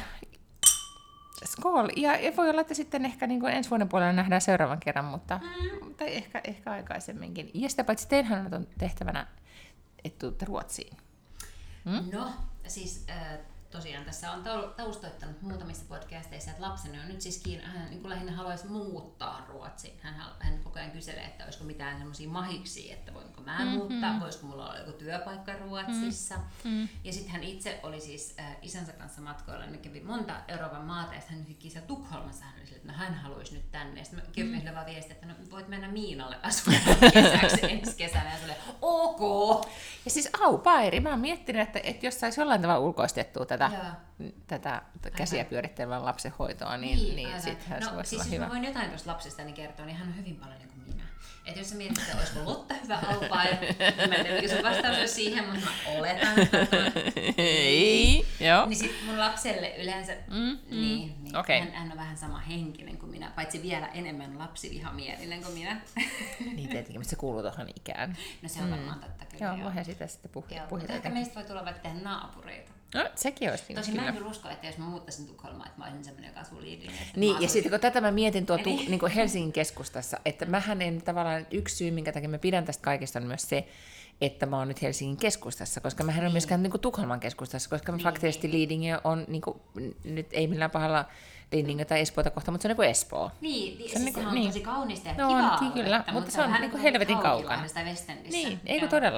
skål. Ja voi olla, että sitten ehkä niin kuin ensi vuoden puolella nähdään seuraavan kerran, mutta ehkä aikaisemminkin. Ja sitä paitsi teillähän on tehtävänä, että tuutte Ruotsiin. No, siis tosiaan tässä on taustoittanut muutamissa podcasteissa, että lapseni on nyt siis hän niin lähinnä haluaisi muuttaa Ruotsiin. Hän koko ajan kyselee, että olisiko mitään semmoisia mahiksia, että voinko mä muuttaa, voisiko mulla olla joku työpaikka Ruotsissa. Ja sitten hän itse oli siis isänsä kanssa matkoilla, ne kävi monta Euroopan maata, ja hän nyt siellä Tukholmassa, hän oli sille, että no, hän haluaisi nyt tänne. Ja sitten mä kirjoitin sille vaan viestiä, että no, voit mennä Miinalle asumaan kesäksi ensi kesänä, ja sille ok. Ja siis Pairi, mä oon miettinyt, että jos saisi jollain tavalla ulkoistettua tätä käsiä pyörittelevän lapsen hoitoa, niin sittenhän se voisi olla hyvä. Mä voin jotain tuosta lapsestani kertoa, niin hän on hyvin paljon niin kuin minä. Että jos sä mietit, että olisiko Lotta hyvä Pairi, mä en tiedä, sun vastaus on siihen, mutta mä oletan. Ei, joo. Niin sit mun lapselle yleensä, niin okay. Hän on vähän sama henkinen kuin minä, paitsi vielä enemmän lapsivihamielinen kuin minä. Niin tietenkin, mutta se kuuluu tuohon ikään. No se on varmaan totta kyllä. Joo, voihan sitä sitten puhua. Mutta ehkä meistä voi tulla vaikka tehdä naapureita. No, sekin olisi tosin kyllä. Mä en kyllä usko, että jos mä muuttaisin Tukholmaan, että mä olisin semmoinen, joka asuu Liidingössä. Niin, ja sitten kun tätä mä mietin niin kuin Helsingin keskustassa, että mähän en tavallaan, yksi syy, minkä takia mä pidän tästä kaikesta, on myös se, että mä oon nyt Helsingin keskustassa, koska mä en ole myöskään niin kuin Tukholman keskustassa, koska faktisesti Liidingö on, niin kuin, nyt ei millään pahalla Liidingö tai Espoota kohta, mutta se on niin kuin Espoo. Niin, se on tosi kaunista ja kivaa. No, kyllä, mutta se on niin kuin helvetin kaukana. Niin, eikö todella,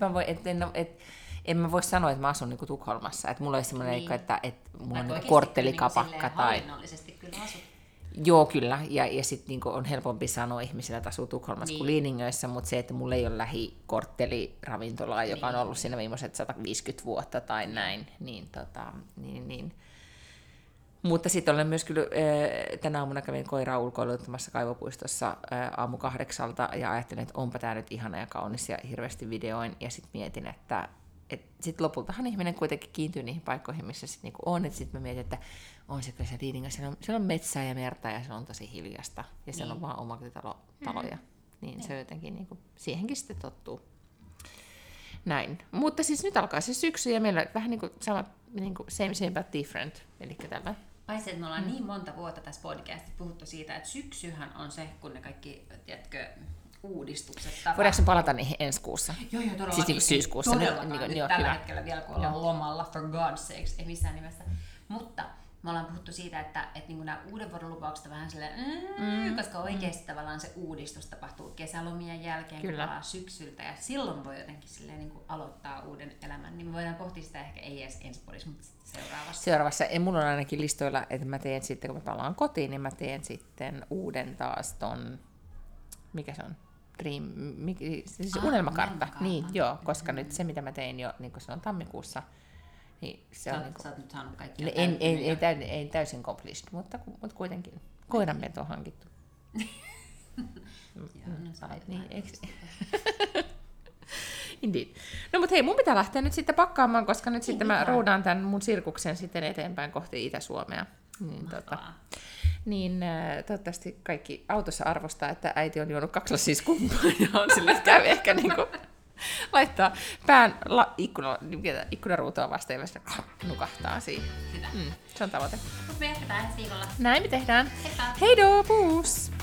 en mä voi sanoa, että mä asun niinku Tukholmassa, että mulla olisi semmoinen, että mulla on niinku korttelikapakka. Tai hallinnollisesti kyllä asut. Joo, kyllä, ja sitten niinku on helpompi sanoa ihmisille, että asuu Tukholmassa kuin Liidingössä, mutta se, että mulla ei ole lähikortteliravintolaa, joka on ollut siinä viimeiset 150 vuotta tai näin, niin. Mutta sitten olen myös kyllä, tänä aamuna kävin koiraa ulkoiluttamassa kaivopuistossa aamu 8 ja ajattelin, että onpa tämä nyt ihana ja kaunis ja hirveästi videoin, ja sitten mietin, että sitten lopultahan ihminen kuitenkin kiintyy niihin paikkoihin, missä sitten niinku on, että sitten mä mietin, että on se kyllä se Liidingö, siellä on metsää ja merta ja se on tosi hiljasta ja siellä on vaan omakotitaloja, niin se jotenkin niinku, siihenkin sitten tottuu. Näin, mutta siis nyt alkaa se syksy ja meillä vähän niinku sama, niinku same but different, eli tällä. Paitsi, että me ollaan niin monta vuotta tässä podcastissa puhuttu siitä, että syksyhän on se, kun ne kaikki, tiedätkö, uudistukset tapahtuu. Voidaanko palata niihin ensi kuussa? Joo, todellakin. Siis niin syyskuussa. Todellakaan nyt tällä hetkellä vielä, kun ollaan lomalla, for God's sakes, ei missään nimessä. Mutta me ollaan puhuttu siitä, että niin nämä uuden vuoden lupaukset on vähän silleen, koska oikeasti tavallaan se uudistus tapahtuu kesälomien jälkeen, kun ollaan syksyltä, ja silloin voi jotenkin silleen niin kuin aloittaa uuden elämän. Niin me voidaan pohtia sitä ehkä ei edes ensi vuodessa, mutta seuraavassa. Seuraavassa. Mulla on ainakin listoilla, että mä teen sitten, kun me palaan kotiin, niin mä teen sitten uuden taas ton, mikä se on? Siis unelmakartta. Niin, joo, koska nyt se, mitä mä tein jo, niin kun se on tammikuussa, niin se on Sä oot nyt saanut kaikkia ei täysin accomplished, mutta kuitenkin koiranpeto on hankittu. Indeed. No mut hei, mun pitää lähteä nyt sitten pakkaamaan, koska nyt sitten mä roudaan tämän mun sirkuksen sitten eteenpäin kohti Itä-Suomea. Niin, toivottavasti kaikki autossa arvostaa, että äiti on juonut 2 lasia skumppaa ja on sille, että käy ehkä niinku laittaa pään ikkunaruutua vasten ja nukahtaa siihen. Se on tavoite. Mut me jatketaan ensi viikolla. Näin me tehdään. Heippa! Heidoo, puus!